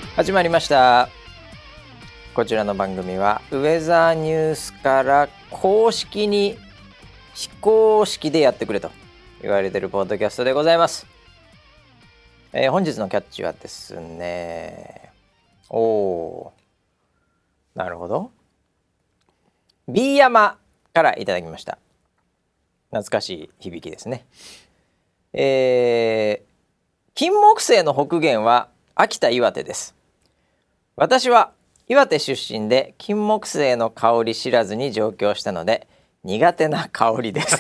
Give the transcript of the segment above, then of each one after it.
始まりました。こちらの番組はウェザーニュースから公式に非公式でやってくれと言われているポッドキャストでございます。本日のキャッチはですね、なるほど、 B 山からいただきました。懐かしい響きですね。金木犀の北限は秋田岩手です。私は岩手出身で金木犀の香り知らずに上京したので苦手な香りです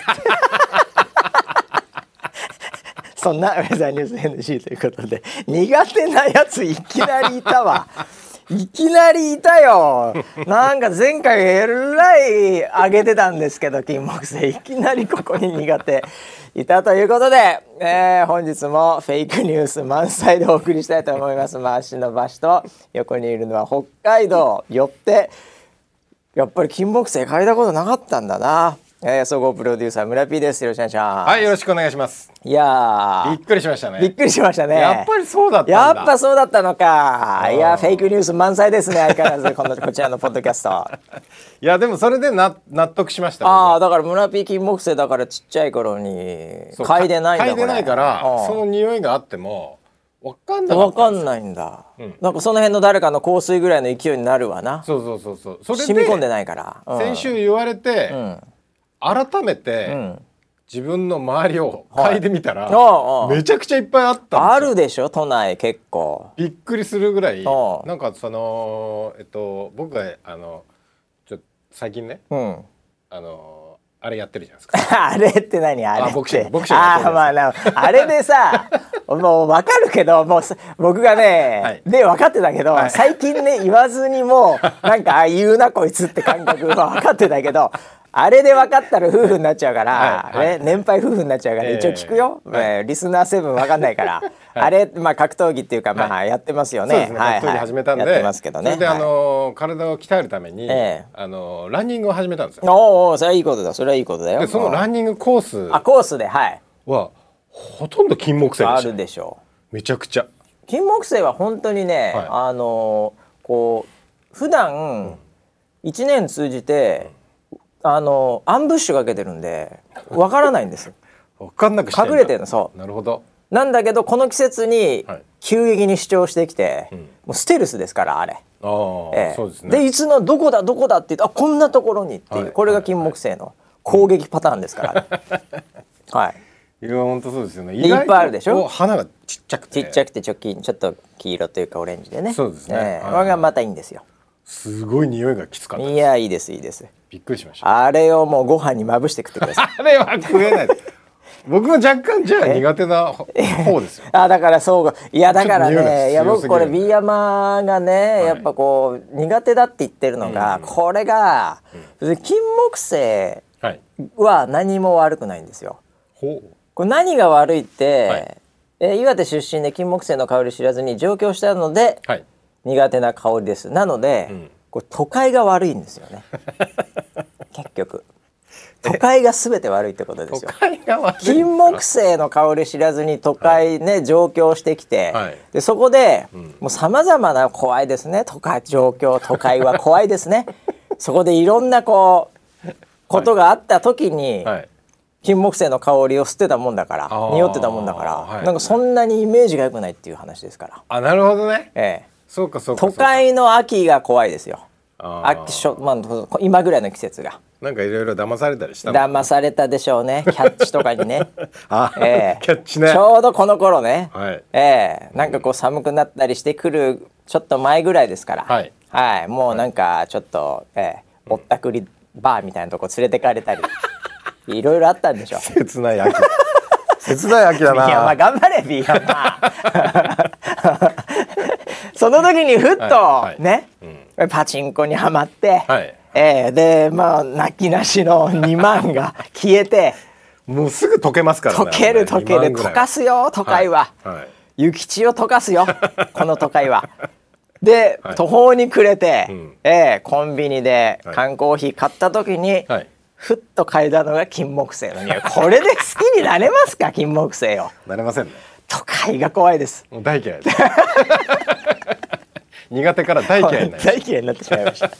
そんなウェザーニュース NG ということで、苦手なやついきなりいたわいきなりいたよ。なんか前回えらい上げてたんですけど、金木犀いきなりここに苦手いたということで、本日もフェイクニュース満載でお送りしたいと思います。回しの場所と横にいるのは北海道よって、やっぱり金木犀嗅いだことなかったんだな。総合プロデューサー村 P です。よろしくお願いします。 はい、よろしくお願いします。 いやびっくりしましたね。 びっくりしましたね。 やっぱりそうだったんだ。 やっぱそうだったのか。いやフェイクニュース満載ですね、相変わらずこちらのポッドキャストいやでもそれで納得しました。 だから村 P 金木犀だからちっちゃい頃に嗅いでないんだ。 嗅いでないからその匂いがあっても分かんない。 分かんないんだ、なんかその辺の誰かの香水ぐらいの勢いになるわな。 そうそれで染み込んでないから、 先週言われて、改めて、自分の周りを嗅いでみたら、めちゃくちゃいっぱいあったんですよ。 あるでしょ都内結構。 びっくりするぐらい。なんかその僕が最近ね、あれやってるじゃないですかあれって何あれって。 ボクシングやってるじゃないですか。 あれでさもう分かるけど、もう僕がね、で分かってたけど、最近ね言わずにもうなんか言うなこいつって感覚は分かってたけどあれで分かったら夫婦になっちゃうから、年配夫婦になっちゃうから、一応聞くよ、リスナー7分分かんないから、あれ格闘技っていうかやってますよね。 そうですね、格闘技始めたんで、 やってますけどね。 それで体を鍛えるためにランニングを始めたんですよ。 それはいいことだ、それはいいことだよ。 でそのランニングコースではほとんど金木犀でした。 あるでしょう。 めちゃくちゃ金木犀は本当にね、こう普段1年通じてアンブッシュかけてるんでわからないんですよ。 分かんなくしてんだ。 隠れてるの。そう。 なるほど。 なんだけどこの季節に急激に主張してきて、もうステルスですからあれ。 そうですね。 でいつのどこだって言って、こんなところにっていう、これが金木犀の攻撃パターンですから。 いや本当そうですよね。 いっぱいあるでしょ。 花がちっちゃくてちょっと黄色というかオレンジでね。 そうですね。 これがまたいいんですよ。 すごい匂いがきつかったです。 いやいいです。 びっくりしました。 あれをもうご飯にまぶして食ってください。 あれは食えない僕も若干じゃあ苦手な方ですよ。 だからそうか。いやだからね、僕これ B 山がね、やっぱこう苦手だって言ってるのが、これが金木犀は何も悪くないんですよ。これ何が悪いって、岩手出身で金木犀の香り知らずに上京したので、苦手な香りです。なので、これ都会が悪いんですよね結局都会が全て悪いってことですよ。金木犀の香り知らずに都会ね、上京してきて、でそこで、もうさまざまな怖いですね。都会は怖いですねそこでいろんなことがあった時に、金木犀の香りを吸ってたもんだから、匂ってたもんだから、なんかそんなにイメージが良くないっていう話ですから。 なるほどね。そうか都会の秋が怖いですよ。今ぐらいの季節が。 なんかいろいろ騙されたりした。 騙されたでしょうね。キャッチとかにねキャッチね。 ちょうどこの頃ね、なんかこう寒くなったりしてくるちょっと前ぐらいですから、もうなんかちょっと、ぼったくりバーみたいなとこ連れてかれたりいろいろあったんでしょ。 切ない秋切ない秋だな。 いや頑張れ B 山その時にふっとね、パチンコにはまって、で泣きなしの2万が消えてもうすぐ溶けますからね。 溶ける溶かすよ都会は、諭吉を溶かすよこの都会は。で、途方に暮れて、コンビニで缶コーヒー買った時に、ふっと嗅いだのが金木犀の匂い。これで好きになれますか金木犀を。 なれませんね。 都会が怖いです。 もう大嫌いです苦手から大嫌いになりました。 大嫌いになってしまいました。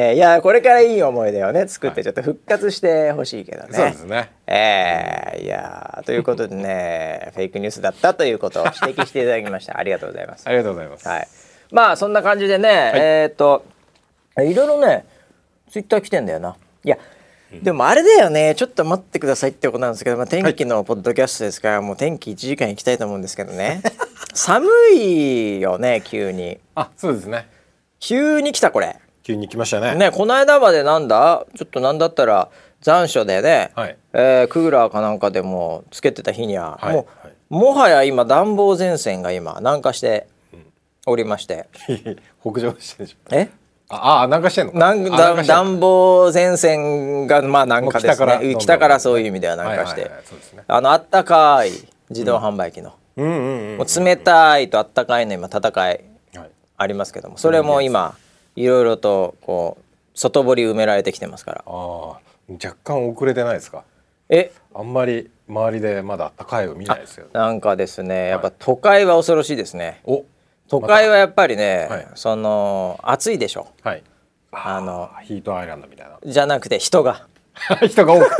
いやこれからいい思い出をね作ってちょっと復活してほしいけどね。 そうですね。 いやということでねフェイクニュースだったということを指摘していただきました。ありがとうございます。 ありがとうございます。 はい。まあそんな感じでね、はい、いろいろねツイッター来てんだよな。いやでもあれだよね、ちょっと待ってくださいってことなんですけど、天気のポッドキャストですから、もう天気1時間いきたいと思うんですけどね寒いよね急に。 そうですね、 急に来たこれ。 急に来ましたね。 この間までちょっとなんだったら残暑でね、 はい、 クーラーかなんかでもつけてた日には、もはや今暖房前線が今南下しておりまして北上してるでしょ。南下してんのか。暖房前線が南下ですね。北からそういう意味では南下して、あったかい自動販売機の、もう冷たいとあったかいの今戦いありますけども、それも今いろいろとこう外堀埋められてきてますから。 若干遅れてないですか。あんまり周りでまだあったかいを見ないですよね。 なんかですね、やっぱ都会は恐ろしいですね。都会はやっぱりね、暑いでしょ。 ヒートアイランドみたいなじゃなくて人が多くて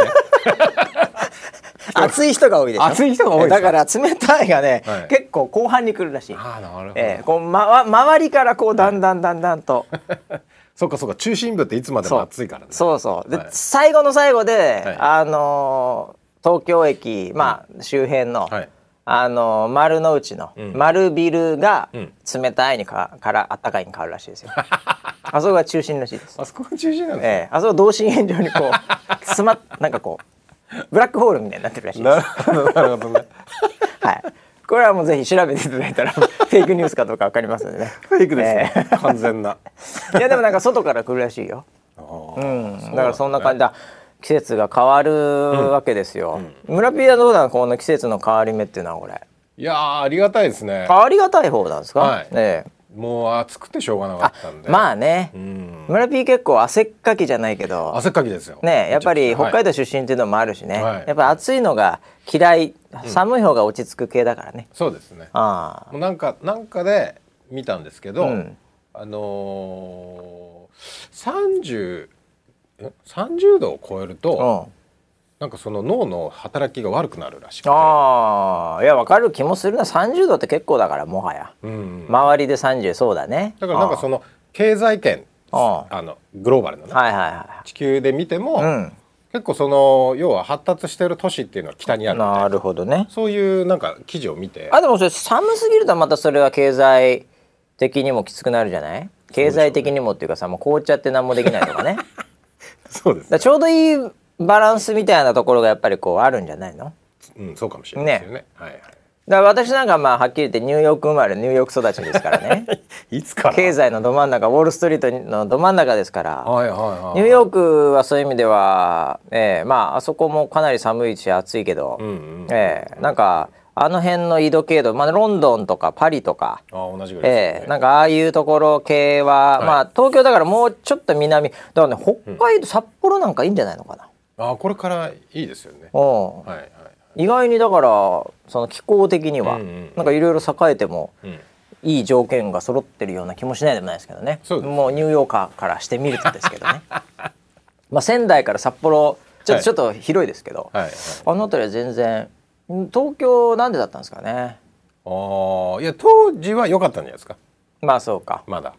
暑い人が多いでしょ。 暑い人が多いだから冷たいがね、結構後半に来るらしい。 なるほど。周りからこうだんだんとそうか中心部っていつまでも暑いからね。 そうで、最後の最後で、東京駅、周辺の、丸の内の、丸ビルが冷たいからあったかいに変わるらしいですよあそこが中心らしいです。 あそこが中心なんですか。 あそこ同心円状にこうなんかこうブラックホールみたいになってるらしいです。 なるほどねはい、これはもうぜひ調べていただいたらフェイクニュースかどうか分かりますのでね。 フェイクですね、完全な。 いやでもなんか外から来るらしいよ。だからそんな感じだ。季節が変わるわけですよ。村ピーはどうなの、この季節の変わり目っていうのは。これいやありがたいですね。 ありがたい方なんですか。 もう暑くてしょうがなかったんで。 村ピー結構汗っかきじゃないけど汗っかきですよね。やっぱり北海道出身っていうのもあるしね、やっぱり暑いのが嫌い、寒い方が落ち着く系だからね。 そうですね。もうなんかで見たんですけど、30度を超えると、なんかその脳の働きが悪くなるらしくて。いや分かる気もするな。30度って結構だから、もはや、周りで30。そうだね。 だからなんかその経済圏、グローバルなね、地球で見ても、結構その要は発達している都市っていうのは北にある。 なるほどね。 そういうなんか記事を見て、 でもそれ寒すぎるとまたそれは経済的にもきつくなるじゃない。経済的にもっていうかさ、もう凍っちゃって何もできないとかねそうです、 だちょうどいいバランスみたいなところがやっぱりこうあるんじゃないの。 そうかもしれないですよね。 だから私なんかはっきり言ってニューヨーク生まれニューヨーク育ちですからねいつから経済のど真ん中、ウォールストリートのど真ん中ですから、ニューヨークはそういう意味では、あそこもかなり寒いし暑いけど、なんかあの辺の緯度経度、ロンドンとかパリとか、 同じぐらいですね。 なんかああいうところ系は、東京だからもうちょっと南だからね、北海道、札幌なんかいいんじゃないのかな。 これからいいですよね。 意外にだからその気候的にはなんかいろいろ栄えてもいい条件が揃ってるような気もしないでもないですけどね。もうニューヨーカーからしてみるとですけどね仙台から札幌ちょっと広いですけど、あの辺りは全然。東京なんでだったんですかね。 いや当時は良かったんじゃないですか。 そうか。 まだ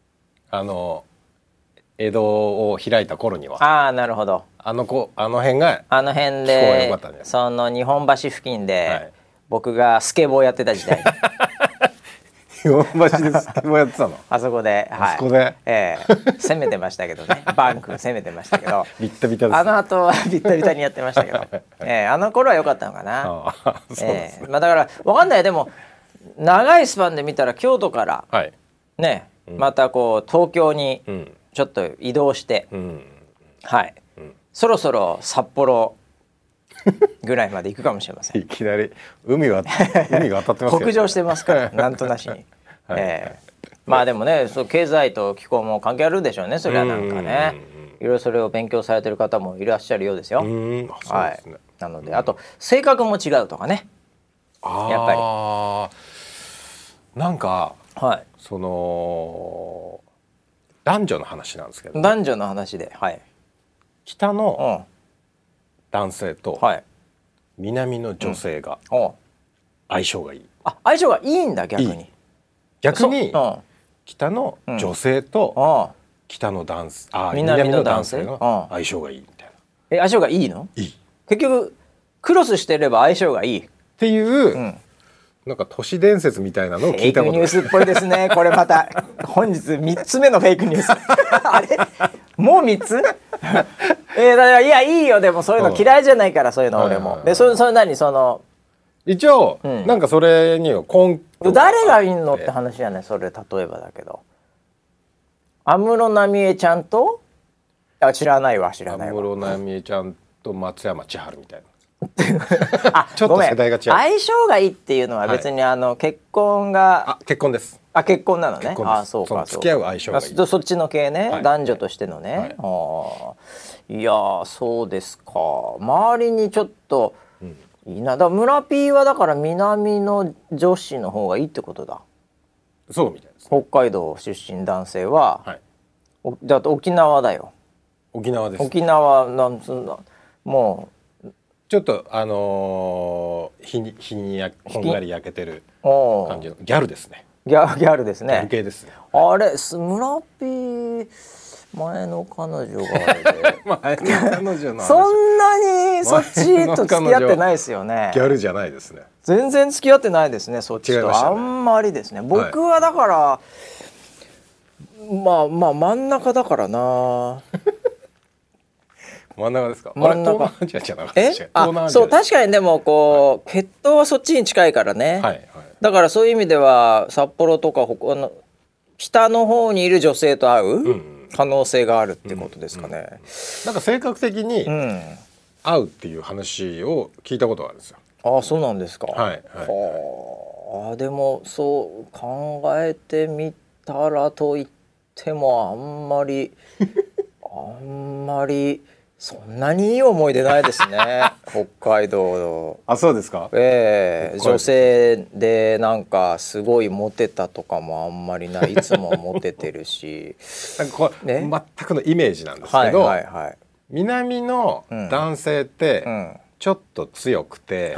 江戸を開いた頃には。なるほど。 あの辺があの辺でその日本橋付近で、僕がスケボーやってた時代日本橋でスケボーやってたのあそこで、 あそこで、 攻めてましたけどねバンク攻めてましたけどビッタビタです。 あの後はビッタビタにやってましたけどあの頃は良かったのかな。だから分かんない。でも長いスパンで見たら京都からね、またこう東京にちょっと移動して、そろそろ札幌ぐらいまで行くかもしれません。 いきなり海が当たってますよね北上してますからなんとなしにでもね、経済と気候も関係あるでしょうね。それはなんかね、いろいろそれを勉強されてる方もいらっしゃるようですよ。なのであと性格も違うとかね、やっぱなんか、 はい、 その男女の話なんですけど、ね、 男女の話で、はい、 北の男性と南の女性が相性がいい。 あ、相性がいいんだ。逆に北の女性と北の南の男性が相性がいいみたいな。 相性がいいの？ いい。 結局クロスしてれば相性がいいっていう、なんか都市伝説みたいなのを聞いたことフェイクニュースっぽいですね。これまた本日3つ目のフェイクニュースあれもう3つだからいやいいよ。でもそういうの嫌いじゃないから、そういうの俺も。でそれ何その一応、なんかそれには根拠誰がいいのって話じゃない。それ例えばだけど安室奈美恵ちゃんと知らないわ。安室奈美恵ちゃんと松山千春みたいなちょっと世代が違う。相性がいいっていうのは別に結婚が結婚です。 結婚なのね。そうか。 付き合う相性がいい。 そっちの系ね、男女としてのね。いやそうですか。周りにちょっといいな。だから村 P はだから南の女子の方がいいってことだ。 そうみたいです。 北海道出身男性は、だって沖縄だよ。 沖縄です。 沖縄なんつうんだ。もうちょっと日にこんがり焼けてる感じのギャルですね。 ギャルですね。 ギャル系ですね。 あれ村 P 前の彼女があれで彼女のそんなにそっちと付き合ってないですよね。 ギャルじゃないですね。 全然付き合ってないですね。そっちとあんまりですね。僕はだから、まあ真ん中だからな真ん中ですか。 真ん中。 東南アジアじゃなかったですか。 そう確かに。でもこう、血統はそっちに近いからね、だからそういう意味では札幌とか北の方にいる女性と会う可能性があるってことですかね。 なんか性格的に会うっていう話を聞いたことがあるんですよ。 そうなんですか。でもそう考えてみたらと言ってもあんまりそんなにいい思い出ないですね北海道。 そうですか。 女性でなんかすごいモテたとかもあんまりない。いつもモテてるしなんかこれ、全くのイメージなんですけど、南の男性ってちょっと強くて、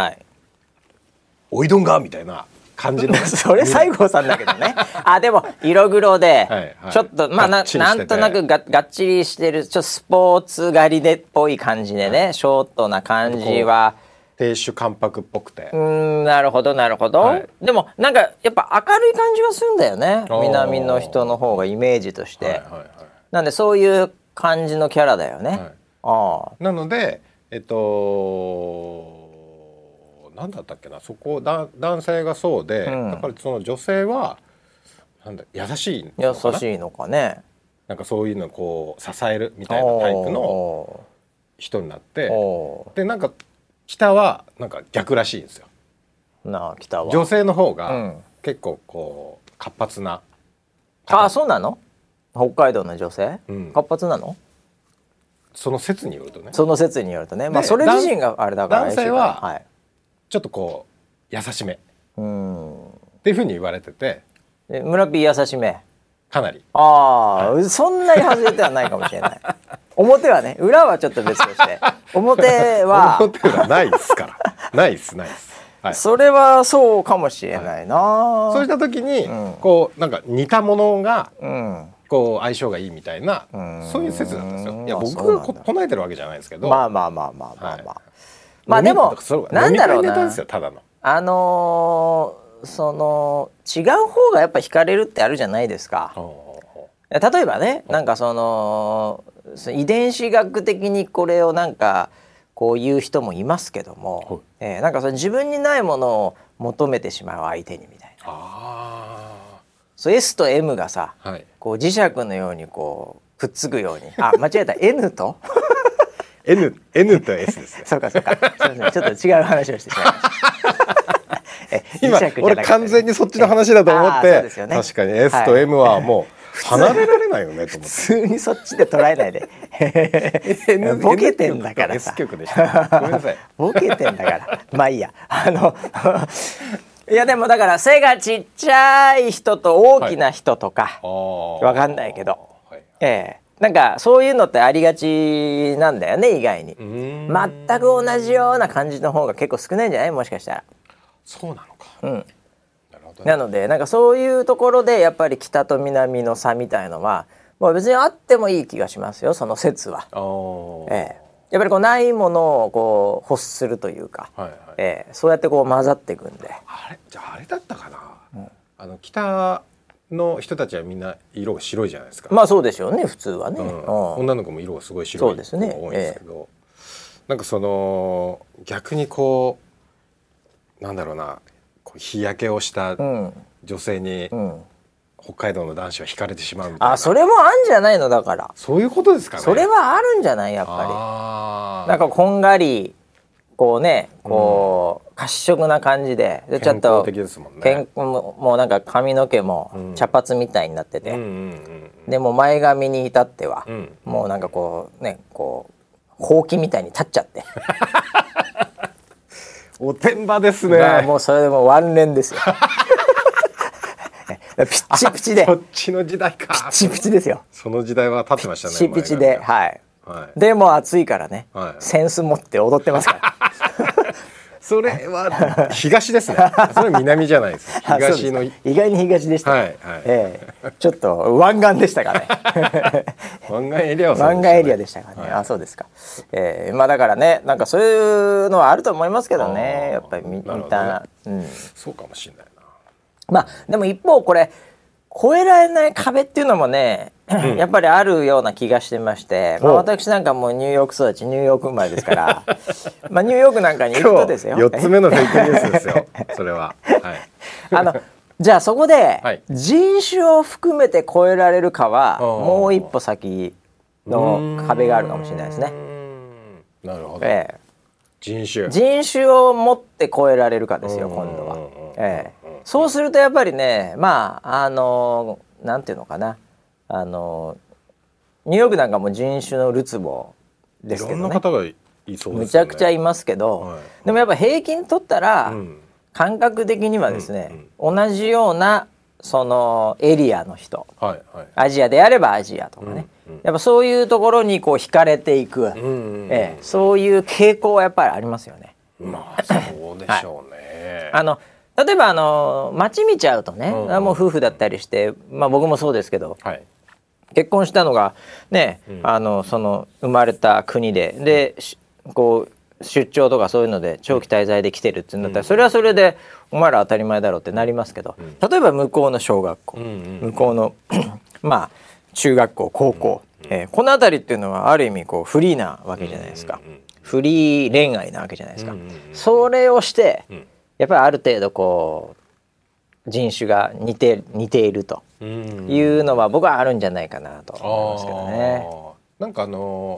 おいどんがみたいな感じのそれ西郷さんだけどねでも色黒でちょっとなんとなくがっちりしてる、ちょっとスポーツ狩りでっぽい感じでね、ショートな感じは亭主関白っぽくて。 なるほど、でもなんかやっぱ明るい感じはするんだよね、南の人の方がイメージとして。なんでそういう感じのキャラだよね。 なのでなんだったっけな、そこ男性がそうで、やっぱりその女性は優しいのかね。 なんかそういうのをこう支えるみたいなタイプの人になって、でなんか北はなんか逆らしいんですよ。 北は女性の方が結構こう活発な。 そうなの？北海道の女性、活発なの？ その説によるとね。 それ自身があれだから。 男性はちょっとこう優しめっていうふうに言われてて。 村 P 優しめかなり。 そんなに外れてはないかもしれない表はね、裏はちょっと別として表はないですからないです、 それはそうかもしれないな。 そうした時にこうなんか似たものがこう相性がいいみたいな、そういう説なんですよ。いや僕が唱えてるわけじゃないですけど、 まあでもなんだろうな、 ただのその違う方がやっぱ惹かれるってあるじゃないですか。例えばね、なんかその遺伝子学的にこれをなんかこう言う人もいますけども、なんかその自分にないものを求めてしまう相手にみたいな。そう S と M がさ、こう磁石のようにこうくっつくように。間違えた。N と N と S ですね。 そうかちょっと違う話をしてしまいました。 今俺完全にそっちの話だと思って、確かに S と M はもう離れられないよねと思って。普通にそっちで捉えないでボケてんだからさ。 S 曲でした。ごめんなさい。 ボケてんだからまあいいや。 いやでもだから背がちっちゃい人と大きな人とか、わかんないけど、なんかそういうのってありがちなんだよね、意外に。全く同じような感じの方が結構少ないんじゃない、もしかしたら。 そうなのか。 うん。なのでなんかそういうところでやっぱり北と南の差みたいのはもう別にあってもいい気がしますよ、その説は。やっぱりこうないものをこう欲するというか、そうやってこう混ざっていくんで。 じゃああれだったかな、北の人たちはみんな色が白いじゃないですか。 まあそうでしょうね、普通はね。 女の子も色がすごい白い子が多いんですけど、なんかその逆にこうなんだろうな、日焼けをした女性に北海道の男子は惹かれてしまうみたいな。 それもあんじゃないの、だからそういうことですかね。 それはあるんじゃない、やっぱり。なんかこんがりこうね、こう褐色な感じで、ちょっともうなんか髪の毛も茶髪みたいになってて、でも前髪に至ってはもうなんかこうね、こうほうきみたいに立っちゃっておてんばですね。 もうそれでもうワンレンですよピッチピチで。 そっちの時代か。 ピッチピチですよ。 その時代は経ってましたね。 ピッチピチで、でも暑いからね、センス持って踊ってますからそれは東ですね。それは南じゃないです。東の意外に東でした。ちょっと湾岸でしたかね湾岸エリアは湾岸エリアでしたかね。そうですか。まあだからね、なんかそういうのはあると思いますけどね、やっぱりみんな。 そうかもしれないな。 まあでも一方これ越えられない壁っていうのもね、やっぱりあるような気がしてまして、私なんかもうニューヨーク育ち、ニューヨーク生まれですからニューヨークなんかに行くとですよ、 4つ目のフェイクニュースですよそれは。 じゃあそこで人種を含めて越えられるかはもう一歩先の壁があるかもしれないですね。 なるほど。人種を持って越えられるかですよ、今度は。そうするとやっぱりね、まあなんていうのかな、ニューヨークなんかも人種のるつぼですけどね、 いろんな方がいそうですよね。 むちゃくちゃいますけど、でもやっぱ平均取ったら、感覚的にはですね、同じようなそのエリアの人、アジアであればアジアとかね、やっぱそういうところにこう惹かれていく、そういう傾向はやっぱりありますよね。 まあそうでしょうね。 例えば街見ちゃうとね、もう夫婦だったりして、僕もそうですけど、結婚したのがね、その生まれた国でこう出張とかそういうので長期滞在で来てるっていうんだったら、それはそれでお前ら当たり前だろうってなりますけど、例えば向こうの小学校、向こうの中学校、高校、この辺りっていうのはある意味こうフリーなわけじゃないですか。フリー恋愛なわけじゃないですか。それをしてやっぱりある程度こう人種が似ているというのは僕はあるんじゃないかなと思いますけどね。 なんか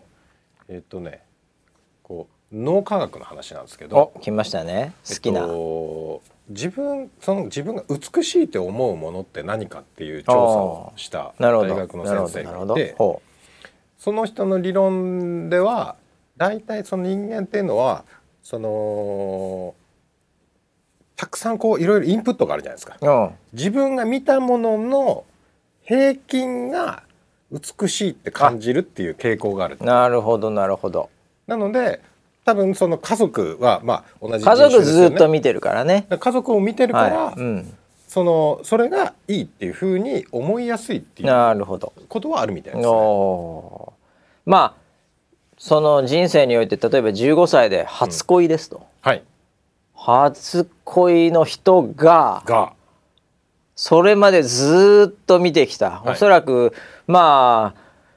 こう脳科学の話なんですけど。 来ましたね。好きな。 自分が美しいと思うものって何かっていう調査をした大学の先生がいて、その人の理論では大体その人間っていうのはそのたくさんこういろいろインプットがあるじゃないですか。自分が見たものの平均が美しいって感じるっていう傾向がある。 なるほどなるほど。 なので多分その家族は同じ人種ですよね。 家族ずっと見てるからね。 家族を見てるから、それがいいっていうふうに思いやすいっていうことはあるみたいですね。 まあその人生において例えば15歳で初恋ですと。初恋の人がそれまでずっと見てきた、おそらく5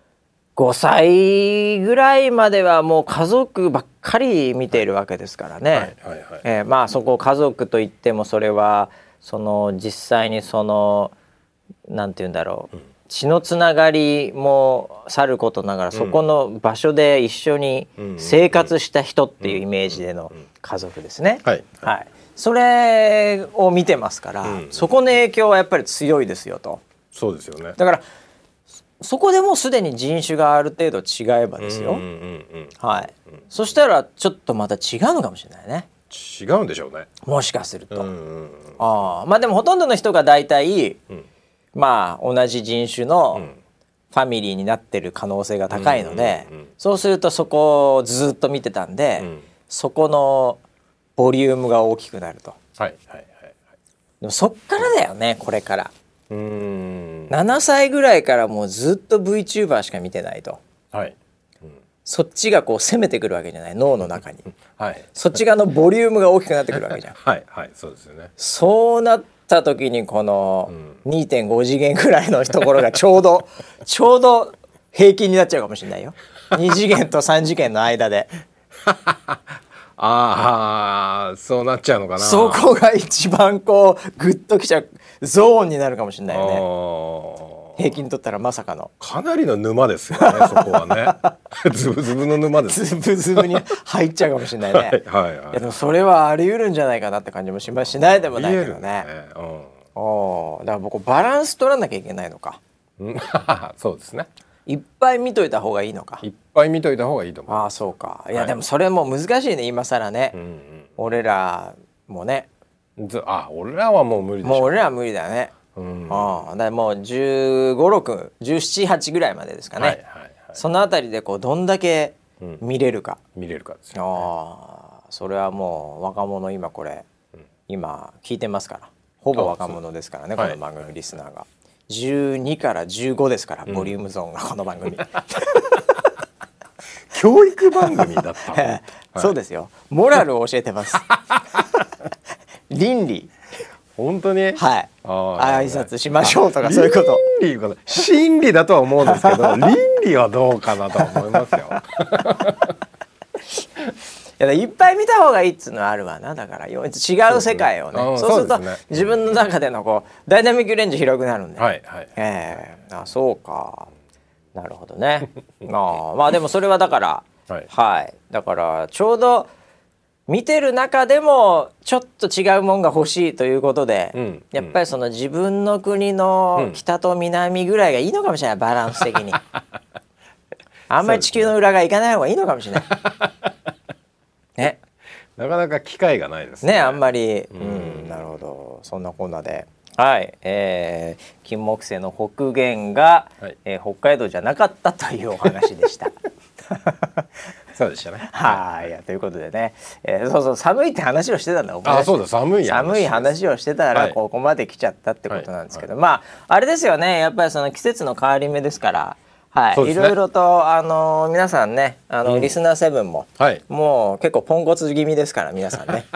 歳ぐらいまではもう家族ばっかり見ているわけですからね。そこ家族といってもそれはその実際にそのなんて言うんだろう、血のつながりもさることながら、そこの場所で一緒に生活した人っていうイメージでの家族ですね。それを見てますから、そこの影響はやっぱり強いですよと。 そうですよね。 だからそこでもうすでに人種がある程度違えばですよ。そしたらちょっとまた違うのかもしれないね。 違うんでしょうね、 もしかすると。まあでもほとんどの人が大体、まあ同じ人種のファミリーになってる可能性が高いので、そうするとそこをずっと見てたんで、そこのボリュームが大きくなると。でもそっからだよね、これから。7歳ぐらいからもうずっと VTuber しか見てないと、そっちがこう攻めてくるわけじゃない、脳の中に、そっち側のボリュームが大きくなってくるわけじゃん。 そうですよね。 そうなった時にこの 2.5 次元ぐらいのところがちょうど平均になっちゃうかもしれないよ。2次元と3次元の間でそうなっちゃうのかな。 そこが一番こうグッときちゃうゾーンになるかもしれないよね。平均取ったらまさかのかなりの沼ですよねそこはねズブズブの沼です。 ズブズブに入っちゃうかもしれないね。いやでもそれはあり得るんじゃないかなって感じもしないでもないけどね。だから僕バランス取らなきゃいけないのかそうですね。 いっぱい見といた方がいいのか。 いっぱい見といた方がいいと思う。 そうか。いやでもそれも難しいね今更ね。俺らもね。 俺らはもう無理でしょ。 もう俺らは無理だね。だからもう15、6、17、8ぐらいまでですかね。そのあたりでこうどんだけ見れるか。 ですよね。それはもう若者今これ、今聞いてますから。ほぼ若者ですからねこの番組リスナーが。12から15ですから、ボリュームゾーンがこの番組教育番組だったそうですよ。モラルを教えてます倫理本当に挨拶しましょうとかそういうこと。 真理だとは思うんですけど倫理はどうかなと思いますよいっぱい見た方がいいっつうのはあるわな。だから違う世界をね。そうすると自分の中でのこうダイナミックレンジ広くなるんで。そうか。なるほどね。まあでもそれはだからだからちょうど見てる中でもちょっと違うもんが欲しいということで、やっぱりその自分の国の北と南ぐらいがいいのかもしれない、バランス的に。あんまり地球の裏側行かない方がいいのかもしれない。ね、 なかなか機会がないですね。 あんまり。なるほど。そんなこんなで、金木犀の北限が、北海道じゃなかったというお話でした。 そうでしたね。 ということでね、寒いって話をしてたんだ。 そうだ、寒い話をしてたらここまで来ちゃったってことなんですけど、あれですよね。やっぱりその季節の変わり目ですから。いろいろと皆さんねリスナー7も、もう結構ポンコツ気味ですから皆さんね、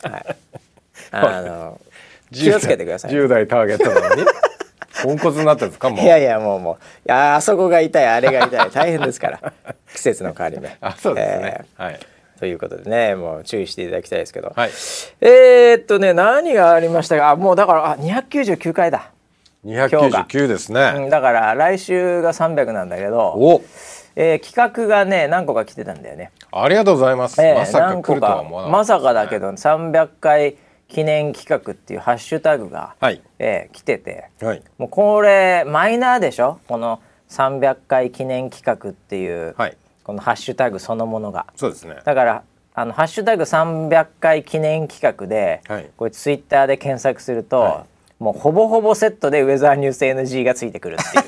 気をつけてください。 10代ターゲットなのにポンコツになったんですか。もういやもうあそこが痛いあれが痛い大変ですから季節の変わり目。 そうですね。 ということでね、もう注意していただきたいですけど、何がありましたか。もうだから299回だ。 299ですね。 だから来週が300なんだけど、企画がね何個か来てたんだよね。 ありがとうございます。まさか来るとは思わなかった。 まさかだけど300回記念企画っていうハッシュタグが、来てて、もうこれマイナーでしょ、この300回記念企画っていう、このハッシュタグそのものが。 そうですね。 だからハッシュタグ300回記念企画で、これツイッターで検索すると、もうほぼほぼセットでウェザーニュース NG がついてくるっていう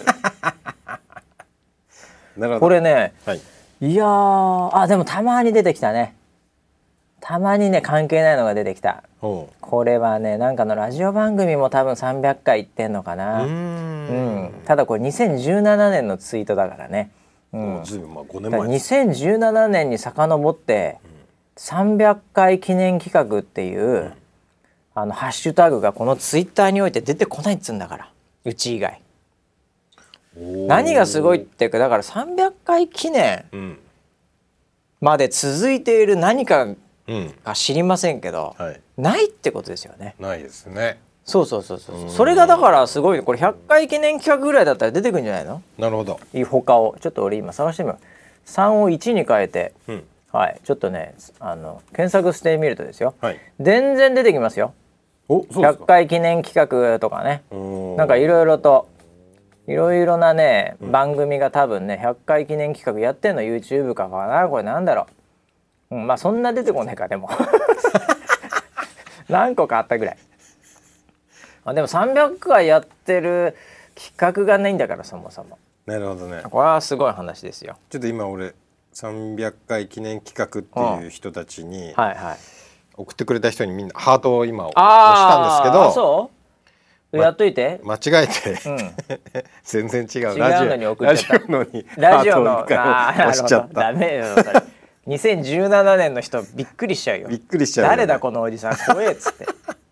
なるほど。 これね、いやでもたまに出てきたね。たまにね関係ないのが出てきた。これはねなんかのラジオ番組も多分300回いってんのかな。ただこれ2017年のツイートだからね。 ずいぶん5年前。 2017年に遡って300回記念企画っていう、ハッシュタグがこのツイッターにおいて出てこないっつうんだから、うち以外。何がすごいってだから300回記念まで続いている何かが知りませんけど、ないってことですよね。 ないですね。 そうそれがだからすごい。これ100回記念企画ぐらいだったら出てくるんじゃないの。 なるほど。 他をちょっと俺今探してみよう。3を1に変えて、ちょっとね検索してみるとですよ、全然出てきますよ。100回記念企画とかね、なんかいろいろといろいろなね、番組が多分ね100回記念企画やってんの YouTube かな。これなんだろう、そんな出てこないかでも何個かあったぐらい。でも300回やってる企画がないんだから、そもそも。 なるほどね。 これはすごい話ですよ。 ちょっと今俺300回記念企画っていう人たちに、はいはい、送ってくれた人にみんなハートを今押したんですけど、 そうやっといて、 間違えて、全然違うラジオに送っちゃった。ラジオの押しちゃった。ダメよそれ。2017年の人びっくりしちゃうよ。 びっくりしちゃう、 誰だこのおじさん怖えっつって。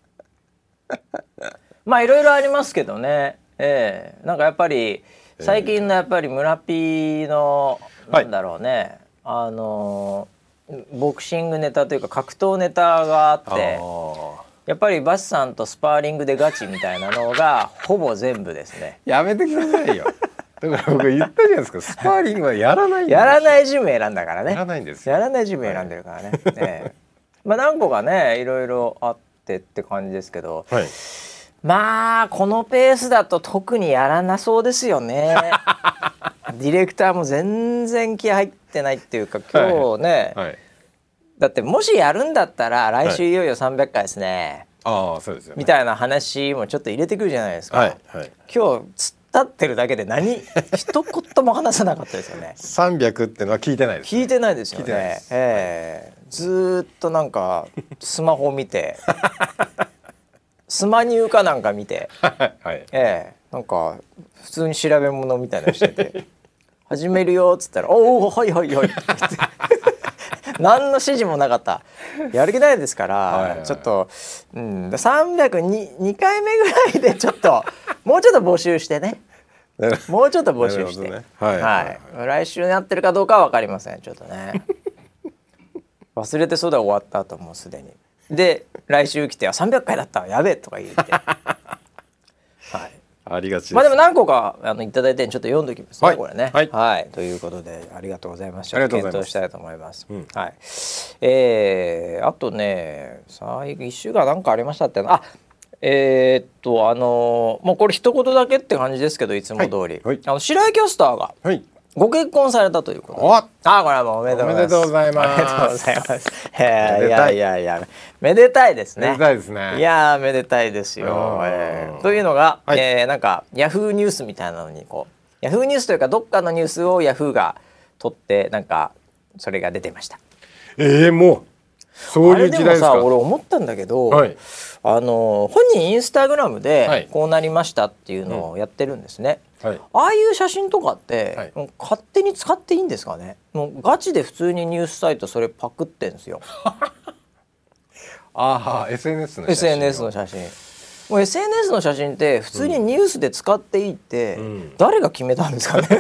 まあいろいろありますけどね。なんかやっぱり最近のやっぱり村Pのなんだろうね、ボクシングネタというか格闘ネタがあって、やっぱりバシさんとスパーリングでガチみたいなのがほぼ全部ですね。 やめてくださいよ。だから僕言ったじゃないですか、スパーリングはやらないんですよ。 やらないジム選んだからね。 やらないんですよ。 やらないジム選んでるからね。まあ何個かねいろいろあってって感じですけど、はい、まあこのペースだと特にやらなそうですよね。ディレクターも全然気入ってないっていうか、今日ね、はいはい、だってもしやるんだったら来週いよいよ300回ですね、 はい、そうですよね、 みたいな話もちょっと入れてくるじゃないですか、はいはい、今日突っ立ってるだけで一言も話さなかったですよね。 300ってのは聞いてないです、 ね、聞いてないですよね。ずっとなんかスマホ見てスマニューかなんか見て、はい、なんか普通に調べ物みたいなのしてて始めるよっつったらおおはいはいはい何の指示もなかった。やる気ないですから、はいはい、ちょっと、302回目ぐらいでちょっともうちょっと募集してねもうちょっと募集して、ね、はいはいはい、来週やってるかどうかは分かりません。ちょっとね忘れてそうだ、終わった後もうすでに。で来週来て300回だったやべえとか言ってはい、 ありがちです。 まあでも何個かいただいてちょっと読んでおきますね、はい、これね、はい、はい、ということでありがとうございました。検討したいと思います、はい、あとね最後1週間何かありましたってもうこれ一言だけって感じですけど、いつも通り、はいはい、白井キャスターが、はい、ご結婚されたということで、これはもうおめでとうございます。おめでとうございます。いやめでたいですね。 めでたいですね。 いやめでたいですよ。というのが、はい、なんかヤフーニュースみたいなのにこうヤフーニュースというかどっかのニュースをヤフーが取ってなんかそれが出てました。 もうそういう時代ですか。 あれでもさ、俺思ったんだけど、はい、本人インスタグラムでこうなりましたっていうのをやってるんですね。はい、ああいう写真とかって、はい、もう勝手に使っていいんですかね。もうガチで普通にニュースサイトそれパクってんですよ。 SNS の写真。もう SNS の写真って普通にニュースで使っていいって、誰が決めたんですかね。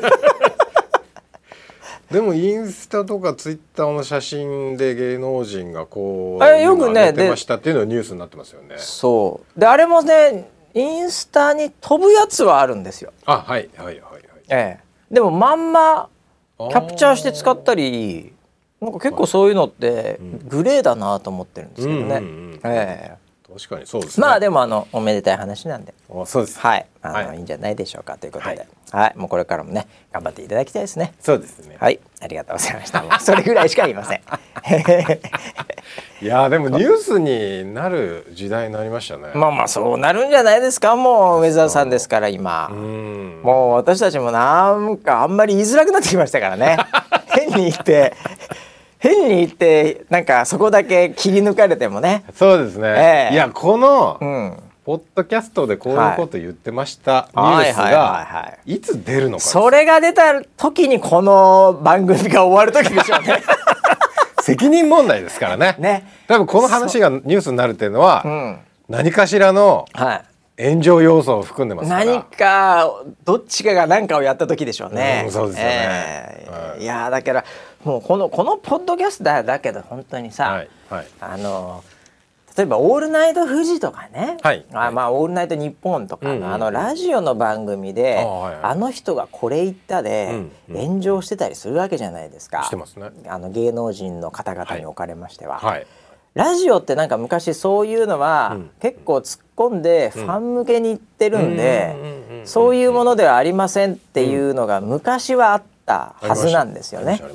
でもインスタとかツイッターの写真で芸能人がこうよくね上げてましたっていうのはニュースになってますよね。 そうで、あれもねインスタに飛ぶやつはあるんですよ。 はいはいはいはい。 でもまんまキャプチャーして使ったりなんか結構そういうのってグレーだなと思ってるんですけどね。 確かにそうですね。 まあでもおめでたい話なんで、 そうです。 はい、いいんじゃないでしょうかということで、はい、もうこれからもね頑張っていただきたいですね。 そうですね。 はい、ありがとうございました。それぐらいしか言いません。 いやでもニュースになる時代になりましたね。 まあそうなるんじゃないですか。もうウェザーさんですから今。もう私たちもなんかあんまり言いづらくなってきましたからね。変に言ってなんかそこだけ切り抜かれてもね。 そうですね。いやこの、ポッドキャストでこういうこと言ってました、ニュースがいつ出るのか。 それが出た時にこの番組が終わる時でしょうね。 責任問題ですからね。多分この話がニュースになるっていうのは、何かしらの炎上要素を含んでますから。 何かどっちかが何かをやった時でしょうね。 そうですよね。 いやだからもうこのポッドキャストだけど本当にさ、例えば「オールナイトフジ」とかね、オールナイトニッポンとかのラジオの番組であの人がこれ言ったで炎上してたりするわけじゃないですか。 してますね。 芸能人の方々におかれましては。ラジオってなんか昔そういうのは結構突っ込んでファン向けに言ってるんで、そういうものではありませんっていうのが昔はあったはずなんですよね。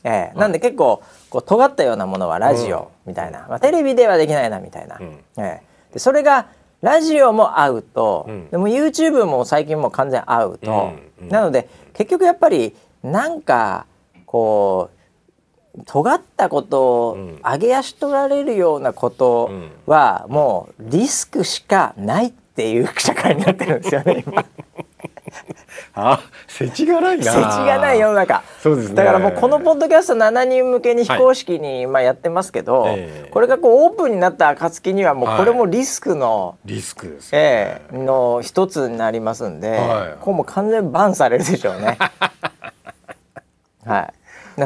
なんで結構こう尖ったようなものはラジオみたいな、テレビではできないなみたいな、でそれがラジオもアウト、でも YouTube も最近もう完全アウト、なので結局やっぱりなんかこう尖ったことを上げ足取られるようなことはもうリスクしかないっていう社会になってるんですよね今。 世知がないな。 世知がない世の中。 そうですね。 だからもうこのポッドキャスト7人向けに非公式にやってますけど、これがこうオープンになった暁にはもうこれもリスクの、 リスクですね、 の一つになりますんで、こうもう完全にバンされるでしょうね。はい。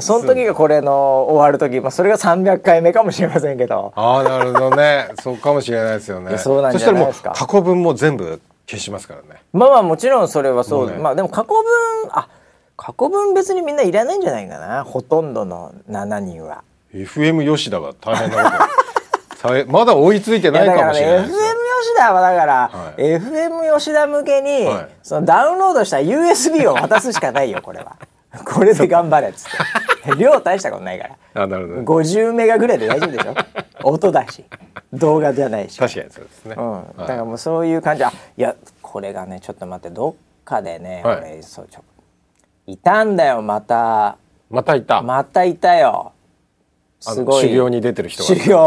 その時がこれの終わる時、それが300回目かもしれませんけど。 なるほどね。そうかもしれないですよね。 そうなんじゃないですか。 そしたらもう過去分も全部消しますからね。 もちろんそれはそう、でも過去分別にみんないらないんじゃないかな、ほとんどの7人は。 FM 吉田が大変なことまだ追いついてないかもしれないですよ。 FM 吉田はだから、FM 吉田向けに、そのダウンロードした USB を渡すしかないよこれは。これで頑張れっつって量大したことないから。 なるほど、 50メガぐらいで大丈夫でしょ。音だし動画じゃないし。 確かにそうですね、 だからもうそういう感じ。いやこれがね、ちょっと待って、どっかでね、俺いたんだよ、またいたよ。すごい修行に出てる人が、